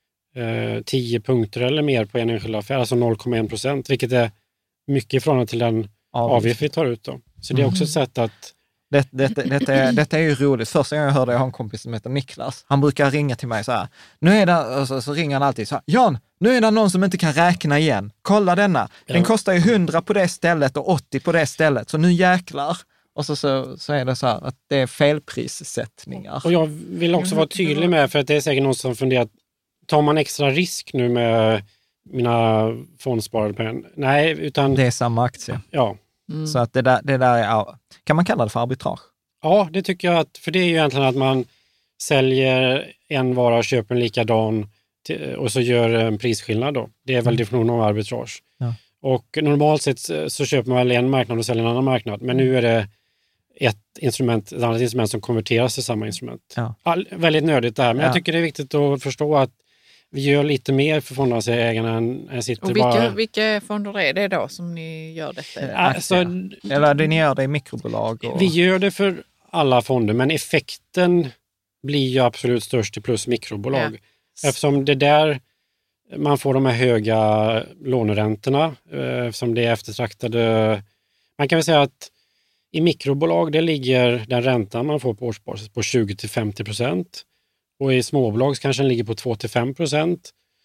10 punkter eller mer på en enskild affär, alltså 0,1%, vilket är mycket ifrån till den avgift vi tar ut då. Så det är också ett sätt att... Detta är ju roligt. Första gången jag hörde, jag har en kompis som heter Niklas. Han brukar ringa till mig så här. Nu är det, så ringer han alltid så här. Jan, nu är det någon som inte kan räkna igen. Kolla denna. Den kostar ju 100 på det stället och 80 på det stället. Så nu jäklar. Och så är det så här att det är felprissättningar. Och jag vill också vara tydlig med, för att det är säkert någon som funderar, tar man extra risk nu med mina fondsparade pengar? Nej, utan... Det är samma aktie. Ja. Så att det där är, kan man kalla det för arbitrage? Ja, det tycker jag för det är ju egentligen att man säljer en vara och köper en likadan och så gör en prisskillnad då. Det är väl definitionen av arbitrage. Ja. Och normalt sett så köper man en marknad och säljer en annan marknad. Men nu är det ett annat instrument som konverteras till samma instrument. Ja. Väldigt nödigt det här, men jag tycker det är viktigt att förstå att vi gör lite mer för fondägarna än sitter och vilka fonder är det då som ni gör detta? Eller det ni gör det i mikrobolag? Vi gör det för alla fonder, men effekten blir ju absolut störst i plus mikrobolag. Ja. Eftersom det där man får de här höga låneräntorna, eftersom det är eftertraktade. Man kan väl säga att i mikrobolag det ligger den räntan man får på årsbasis på 20-50%. Och i småbolag kanske den ligger på 2-5%.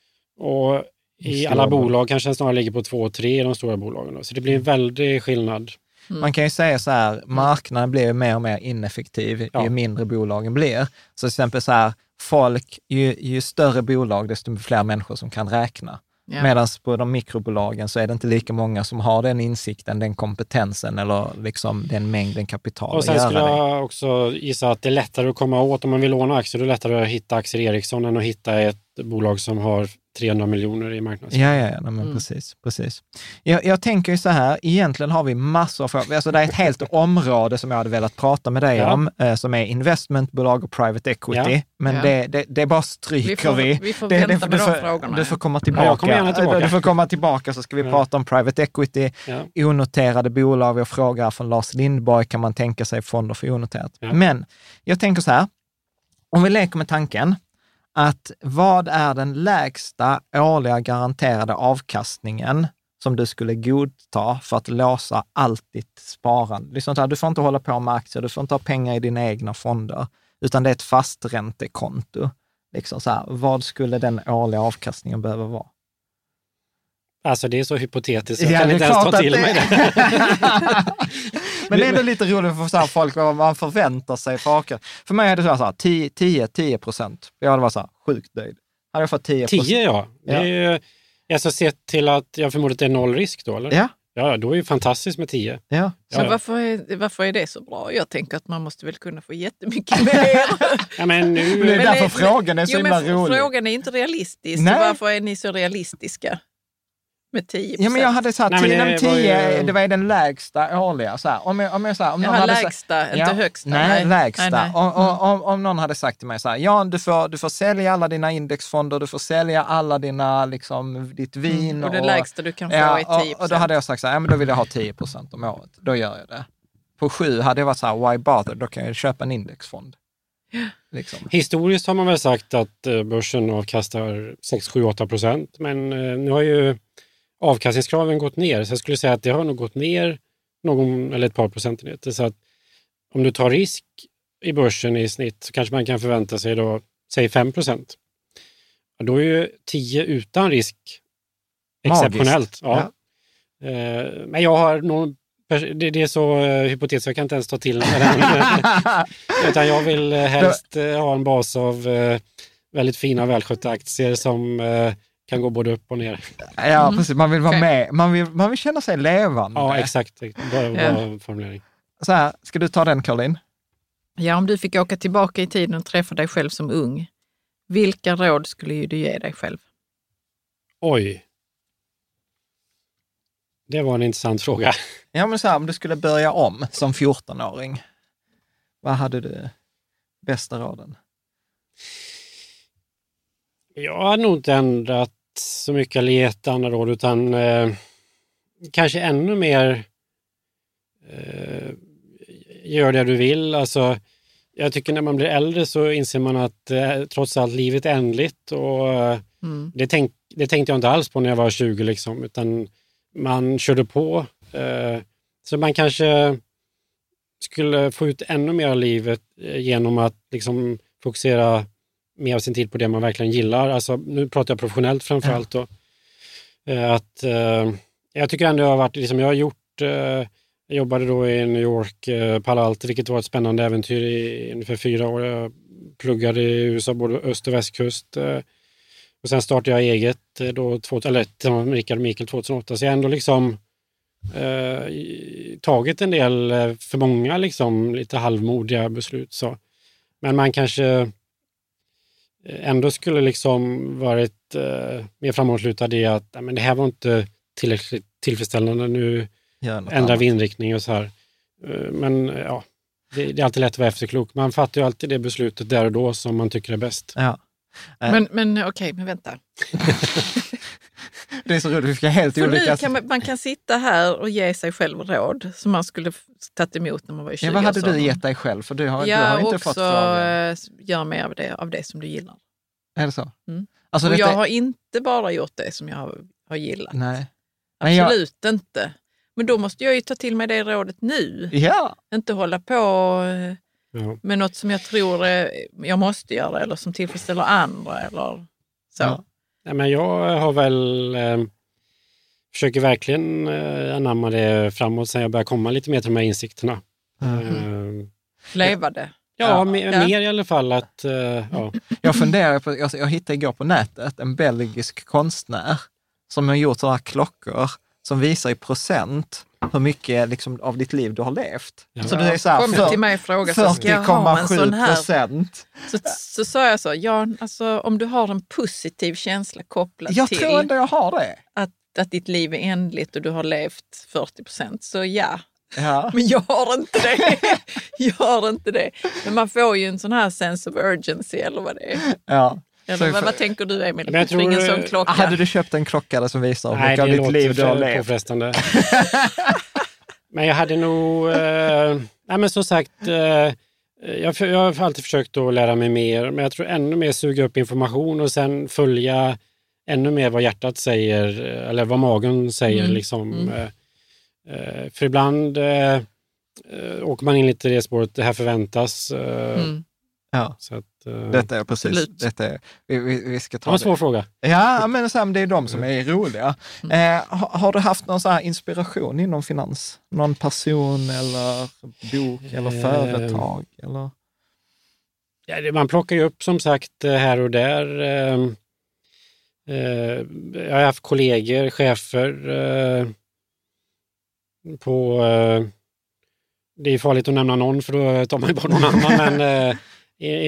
Och i alla bolag kanske den snarare ligger på 2-3% i de stora bolagen. Så det blir en väldig skillnad. Man kan ju säga så här, marknaden blir mer och mer ineffektiv ju mindre bolagen blir. Så till exempel så här, ju större bolag desto fler människor som kan räkna. Ja. Medan på de mikrobolagen så är det inte lika många som har den insikten, den kompetensen eller liksom den mängden kapital. Och sen skulle jag också gissa att det är lättare att komma åt om man vill låna aktier. Det är lättare att hitta aktier i Ericsson än att hitta ett bolag som har 300 miljoner i marknadsvärde. Ja, men precis. Jag tänker ju så här, egentligen har vi massor av frågor. Alltså det är ett helt område som jag hade velat prata med dig om, som är investmentbolag och private equity. Ja. Men det bara stryker vi. Vi får vänta med de frågorna. Du får komma tillbaka. Du får komma tillbaka så ska vi prata om private equity, onoterade bolag. Jag frågar från Lars Lindborg, kan man tänka sig fonder för onoterat? Ja. Men jag tänker så här, om vi leker med tanken att vad är den lägsta årliga garanterade avkastningen som du skulle godta för att låsa allt ditt sparande? Liksom, du får inte hålla på med aktier, du får inte ha pengar i dina egna fonder, utan det är ett fasträntekonto. Liksom så här, vad skulle den årliga avkastningen behöva vara? Alltså det är så hypotetiskt, jag kan inte ens ta till mig det. Men det är lite roligt för så här folk vad man förväntar sig för aktier. För mig är det så här 10%. Jag hade varit så här sjukt nöjd. Hade jag fått 10%? 10, ja. Det är ju, alltså sett till att jag förmodar att det är 0 risk då, eller? Ja. Ja, då är det fantastiskt med 10. Ja. Så varför är det så bra? Jag tänker att man måste väl kunna få jättemycket mer. Ja, men nu... Det är därför frågan är så himla rolig. Frågan är inte realistisk. Varför är ni så realistiska? Med 10%. Ja, men jag hade sagt 10, det var den lägsta årliga. Så här. Om någon hade lägsta, inte högsta. Nej, lägsta. Nej. Om någon hade sagt till mig så här, ja, du får sälja alla dina indexfonder, du får sälja alla dina, liksom, ditt vin. Och det lägsta du kan få är 10%. Och då hade jag sagt så här, ja, men då vill jag ha 10% om året. Då gör jag det. På 7 hade jag varit så här, why bother? Då kan jag köpa en indexfond. Liksom. Historiskt har man väl sagt att börsen avkastar 6-7-8%, men nu har ju avkastningskraven gått ner, så jag skulle säga att det har nog gått ner någon eller ett par procentenheter. Så att om du tar risk i börsen i snitt så kanske man kan förvänta sig då, säg 5%. Och då är ju 10 utan risk exceptionellt. Ja. Men jag har nog, det är så hypotetiskt, jag kan inte ens ta till mig den. Utan jag vill helst ha en bas av väldigt fina välskötta aktier som kan gå både upp och ner. Ja, precis. Man vill vara med. Man vill känna sig levande. Ja, exakt. Bra formulering. Så här, ska du ta den, Caroline? Ja, om du fick åka tillbaka i tiden och träffa dig själv som ung, vilka råd skulle du ge dig själv? Oj. Det var en intressant fråga. Ja, men så här, om du skulle börja om som 14-åring, vad hade du bästa råden? Jag har nog inte ändrat så mycket eller gett andra råd, utan kanske ännu mer gör det du vill. Alltså, jag tycker när man blir äldre så inser man att trots allt livet är ändligt, och det tänkte jag inte alls på när jag var 20 liksom, utan man körde på. Så man kanske skulle få ut ännu mer av livet genom att liksom fokusera mer av sin tid på det man verkligen gillar. Alltså, nu pratar jag professionellt framförallt då. Jag tycker ändå jag har varit, liksom, jag har gjort, jag jobbade då i New York, Palo Alto, vilket var ett spännande äventyr i ungefär 4 år. Jag pluggade i USA, både öst- och västkust. Och sen startade jag eget då, med Rickard och Mikael 2008. Så jag har ändå liksom tagit en del, för många liksom, lite halvmodiga beslut. Så. Men man kanske ändå skulle liksom varit mer framåtlutad i att men det här var inte tillräckligt tillfredsställande, nu ändrar vi inriktning och så här. Men ja, det är alltid lätt att vara efterklok. Man fattar ju alltid det beslutet där och då som man tycker är bäst. Ja. Men okej, men vänta. Det är så roligt, vi ska helt olika... Man kan sitta här och ge sig själv råd som man skulle tagit emot när man var i 20 år. Vad hade du gett dig själv? För du har inte fått frågan. Gör mer av det som du gillar. Är det så? Mm. Alltså, och jag har inte bara gjort det som jag har gillat. Nej. Absolut inte. Men då måste jag ju ta till mig det rådet nu. Ja. Inte hålla på med något som jag tror jag måste göra eller som tillfredsställer andra eller så. Ja. Ja, men jag har väl försöker verkligen anamma det framåt sen jag börjar komma lite mer till de här insikterna. Leva det. Ja, mer i alla fall. Att, ja. Jag funderar på, jag hittade igår på nätet en belgisk konstnär som har gjort sådana klockor som visar i procent hur mycket liksom, av ditt liv du har levt. Ja. Så du är så här, kom till mig och fråga, så ska jag ha en sån här 40,7%. Så sa jag så, ja, alltså, om du har en positiv känsla kopplad jag till tror ändå jag har det. Att ditt liv är ändligt och du har levt 40%, så ja. Ja. Men jag har inte det. Men man får ju en sån här sense of urgency eller vad det är. Ja. Eller, vad tänker du, Emil? Jag tror, ingen sån klocka. Hade du köpt en klocka som visar hur mycket av ditt liv du har levt? Påfrestande. Men jag hade nog... nej, men som sagt, jag har alltid försökt att lära mig mer. Men jag tror ännu mer suga upp information och sen följa ännu mer vad hjärtat säger eller vad magen säger. Liksom. För ibland åker man in lite i det spåret, det här förväntas. Ja, så att, detta är precis. Detta är, vi ska ta en svår fråga. Ja, men så här, det är de som är roliga. Har du haft någon så här inspiration inom finans? Någon person eller bok eller företag? Eller? Ja, man plockar ju upp som sagt här och där. Jag har haft kollegor, chefer på... det är farligt att nämna någon för då tar man ju bort någon annan, men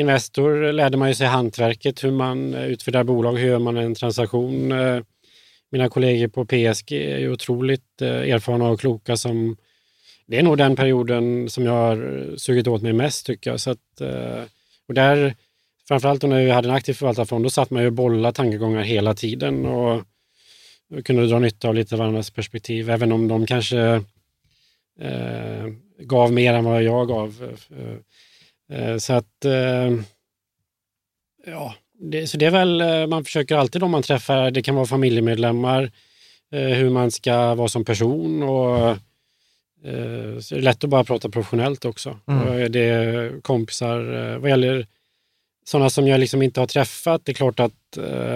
Investor lärde man ju sig hantverket, hur man utför bolag, hur gör man en transaktion. mina kollegor på PSG är ju otroligt erfarna och kloka. Det är nog den perioden som jag har sugit åt mig mest, tycker jag. Så att, och där, framförallt när vi hade en aktiv förvaltarfond, då satt man ju och bollade tankegångar hela tiden och kunde dra nytta av lite varandras perspektiv, även om de kanske gav mer än vad jag gav. Så att så det är väl, man försöker alltid om man träffar, det kan vara familjemedlemmar, hur man ska vara som person, och så är det lätt att bara prata professionellt också. Och det är kompisar, vad gäller sådana som jag liksom inte har träffat, det är klart att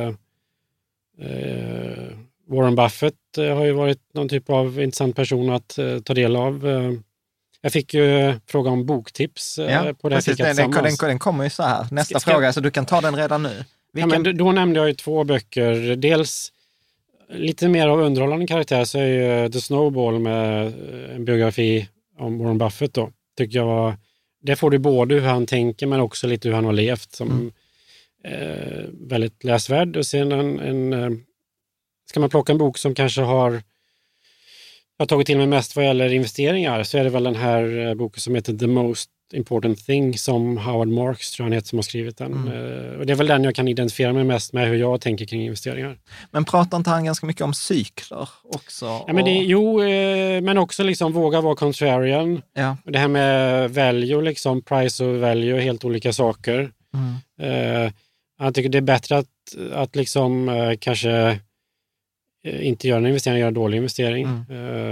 Warren Buffett har ju varit någon typ av intressant person att ta del av. Jag fick ju fråga om boktips på det. Precis, den kommer ju så här. Nästa fråga, så du kan ta den redan nu. Ja, men då nämnde jag ju 2 böcker. Dels lite mer av underhållande karaktär, så är ju The Snowball med en biografi om Warren Buffett då. Tycker jag det får du både hur han tänker men också lite hur han har levt, som väldigt läsvärd. Och sen ska man plocka en bok som kanske jag har tagit till mig mest vad gäller investeringar, så är det väl den här boken som heter The Most Important Thing, som Howard Marks, tror jag han heter, som har skrivit den. Och det är väl den jag kan identifiera mig mest med, hur jag tänker kring investeringar. Men pratar inte han ganska mycket om cykler också? Ja, men men också liksom våga vara contrarian. Ja. Det här med value, liksom price och value, helt olika saker. Han tycker det är bättre att liksom kanske inte göra en investering, göra en dålig investering.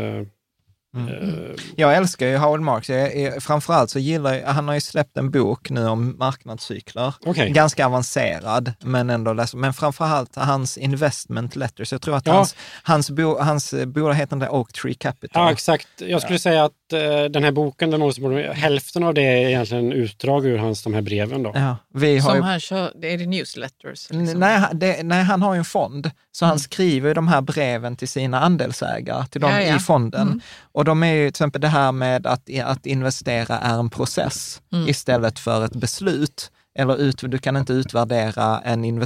Jag älskar ju Howard Marks. Framförallt så han har ju släppt en bok nu om marknadscykler. Okay. Ganska avancerad, men ändå men framförallt hans investment letters. Jag tror att hans bolag heter det Oak Tree Capital. Ja, exakt. Jag skulle säga att den här boken, hälften av det är egentligen utdrag ur de här breven då. Ja, han kör, är det newsletters? Liksom? Nej, han har ju en fond. Så han skriver ju de här breven till sina andelsägare, till dem i fonden. Och de är ju till exempel det här med att investera är en process istället för ett beslut. Eller du kan inte utvärdera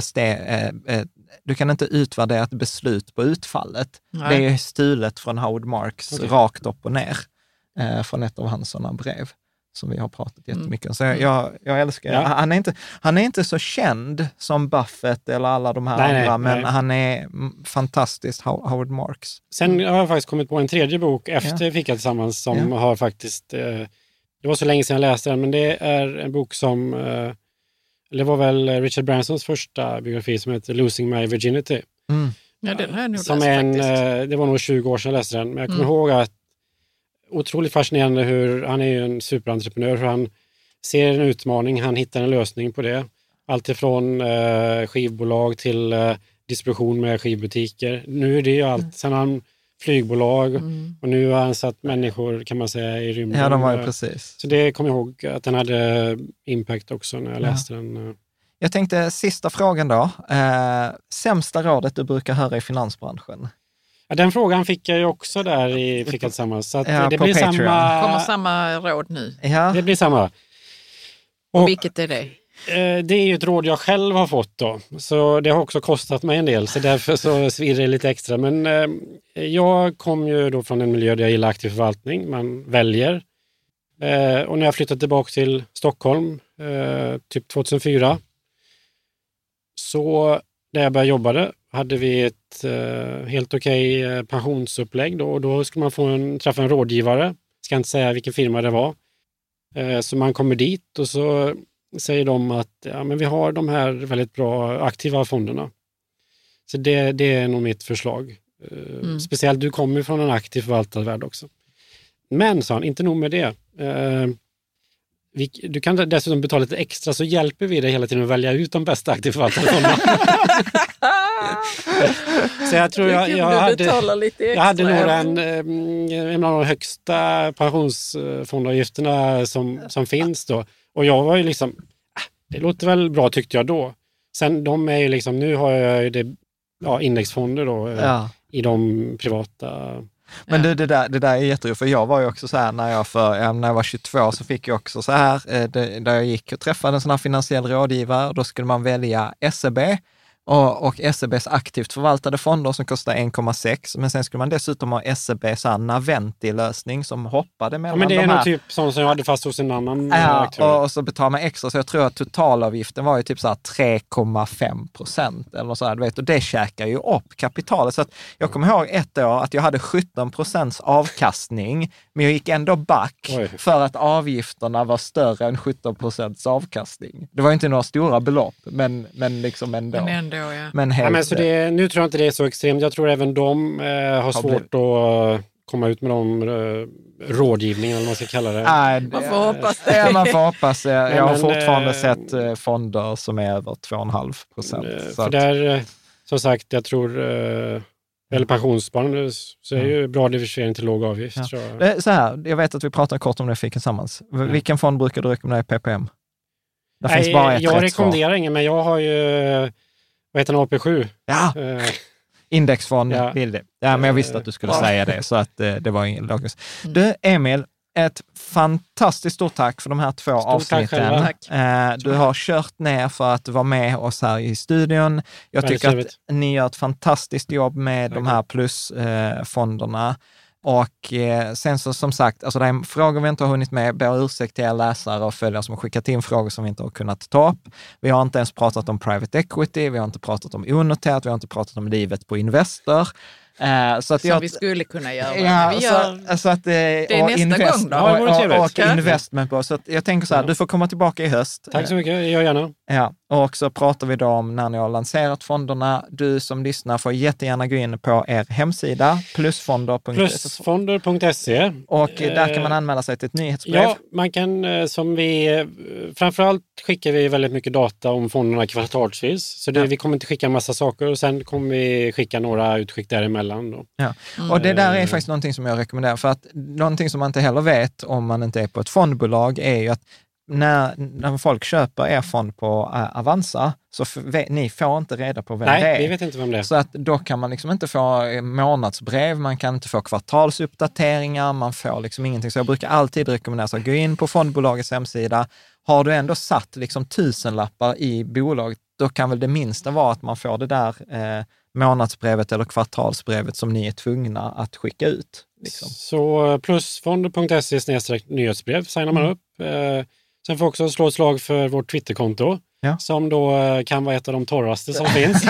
du kan inte utvärdera ett beslut på utfallet. Nej. Det är stulet från Howard Marks rakt upp och ner från ett av hans sådana brev som vi har pratat jättemycket om. Så jag älskar han är inte så känd som Buffett eller alla de här andra, men han är fantastisk, Howard Marks. Sen har jag faktiskt kommit på en tredje bok efter Fika tillsammans som har faktiskt, det var så länge sedan jag läste den, men det är en bok som, det var väl Richard Bransons första biografi som heter Losing My Virginity. Ja, den har jag nog som läst, det var nog 20 år sedan jag läste den, men jag kommer ihåg att otroligt fascinerande hur han är ju en superentreprenör, hur han ser en utmaning, han hittar en lösning på det. Allt ifrån skivbolag till distribution med skivbutiker. Nu är det ju allt. Sen har han flygbolag och nu har han satt människor, kan man säga, i rymden. Ja, de var ju precis. Så det kommer jag ihåg att den hade impact också när jag läste den. Jag tänkte sista frågan då. Sämsta rådet du brukar höra i finansbranschen? Ja, den frågan fick jag ju också där i Fika tillsammans. Så att det blir kommer samma råd nu. Ja. Det blir samma. Och vilket är det? Det är ju ett råd jag själv har fått då. Så det har också kostat mig en del. Så därför så svirrar det lite extra. Men jag kom ju då från en miljö där jag gillar aktiv förvaltning. Man väljer. Och när jag flyttade tillbaka till Stockholm typ 2004. Så där jag började jobba hade vi ett helt okej pensionsupplägg då, och då skulle man få träffa en rådgivare. Ska inte säga vilken firma det var. Så man kommer dit och så säger de att men vi har de här väldigt bra aktiva fonderna. Så det är nog mitt förslag. Speciellt du kommer från en aktiv förvaltarvärld också. Men, sa han, inte nog med det. Du kan dessutom betala lite extra, så hjälper vi dig hela tiden att välja ut de bästa aktiva förvaltarfonderna. Så jag tror jag hade nog en av de högsta pensionsfondavgifterna som finns då. Och jag var ju liksom, det låter väl bra tyckte jag då. Sen de är ju liksom, nu har jag ju indexfonder då i de privata. Men det där är jätteroligt, för jag var ju också så här när jag var 22 så fick jag också så här, där jag gick och träffade en sån här finansiell rådgivare, och då skulle man välja SEB och SEBs aktivt förvaltade fonder som kostar 1,6. Men sen skulle man dessutom ha SEBs Naventi-lösning som hoppade mellan men det är de här. nog typ sån som jag hade fast hos en annan aktör. Och så betalar man extra. Så jag tror att totalavgiften var ju typ så här 3,5% eller så här, du vet. Och det käkar ju upp kapitalet. Så att jag kommer ihåg ett år att jag hade 17% avkastning, men jag gick ändå back för att avgifterna var större än 17% avkastning. Det var ju inte några stora belopp, men liksom ändå. Men så nu tror jag inte det är så extremt. Jag tror även de har svårt att komma ut med de rådgivningen eller vad man ska kalla det. Man får hoppas det. Man får hoppas det. Jag har fortfarande sett fonder som är över 2,5%. För där, som sagt, jag tror eller pensionssparande så är ju bra diversifiering till låg avgift. Ja. Så här, jag vet att vi pratade kort om det fick tillsammans. Vilken fond brukar du rekommendera i PPM? Nej, jag rekommenderar ingen, men jag har ju vad heter den, AP7. Ja, indexfond. Ja. Ja, men jag visste att du skulle säga det, så att det var ingen logiskt. Du, Emil, ett fantastiskt stort tack för de här 2 avsnitten. Du har kört ner för att vara med oss här i studion. Jag tycker att ni gör ett fantastiskt jobb med de här plusfonderna. Och sen så som sagt, alltså det är frågor vi inte har hunnit med. Ber ursäkt till er läsare och följare som har skickat in frågor som vi inte har kunnat ta upp. Vi har inte ens pratat om private equity, vi har inte pratat om onoterat, vi har inte pratat om livet på Investor. Så att som vi skulle kunna göra. Ja, vi gör så att, det är nästa gång då. Och investment på. Så att jag tänker så här, du får komma tillbaka i höst. Tack så mycket, jag gör gärna. Ja, och så pratar vi då om när ni har lanserat fonderna. Du som lyssnar får jättegärna gå in på er hemsida, plusfonder.se. Och där kan man anmäla sig till ett nyhetsbrev. Ja, man kan, framförallt skickar vi väldigt mycket data om fonderna kvartalsvis. Så vi kommer inte skicka en massa saker och sen kommer vi skicka några utskick däremellan då. Ja, och det där är faktiskt någonting som jag rekommenderar. För att någonting som man inte heller vet om man inte är på ett fondbolag är ju att när folk köper er fond på Avanza så ni får inte reda på vem det är. Nej, vi vet inte vem det är. Så att då kan man liksom inte få månadsbrev, man kan inte få kvartalsuppdateringar, man får liksom ingenting. Så jag brukar alltid rekommendera att gå in på fondbolagets hemsida. Har du ändå satt liksom 1000-lappar i bolaget, då kan väl det minsta vara att man får det där månadsbrevet eller kvartalsbrevet som ni är tvungna att skicka ut. Liksom. Så plusfonder.se/nyhetsbrev signar man upp. Sen får också slå ett slag för vårt Twitterkonto som då kan vara ett av de torraste som finns.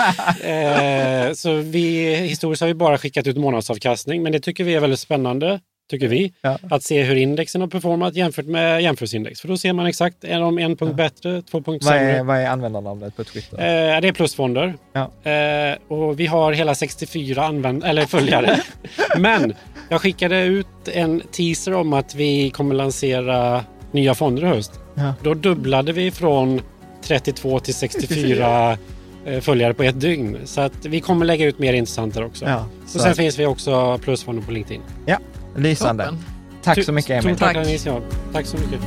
Så historiskt har vi bara skickat ut månadsavkastning, men det tycker vi är väldigt spännande. Tycker vi, att se hur indexen har performat jämfört med jämförelseindex. För då ser man exakt, är de 1 punkt bättre, 2 punkter sämre. Vad är användarnamnet på Twitter? Det är plusfonder. Ja. Och vi har hela 64 följare. Men jag skickade ut en teaser om att vi kommer lansera nya fonder i höst. Ja. Då dubblade vi från 32 till 64 följare på ett dygn. Så att vi kommer lägga ut mer intressant där också. Ja, och sen finns vi också plusfonder på LinkedIn. Ja. Lysande. Toppen. Tack så mycket, Emil. Tack så mycket.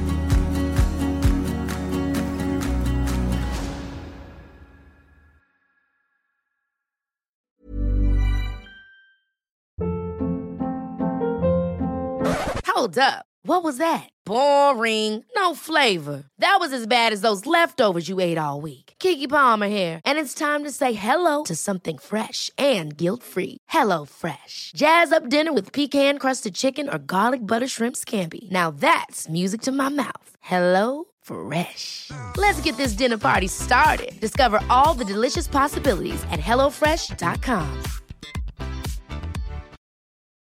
Hold up. What was that? Boring. No flavor. That was as bad as those leftovers you ate all week. Keke Palmer here, and it's time to say hello to something fresh and guilt-free. Hello Fresh. Jazz up dinner with pecan-crusted chicken or garlic butter shrimp scampi. Now that's music to my mouth. Hello Fresh. Let's get this dinner party started. Discover all the delicious possibilities at hellofresh.com.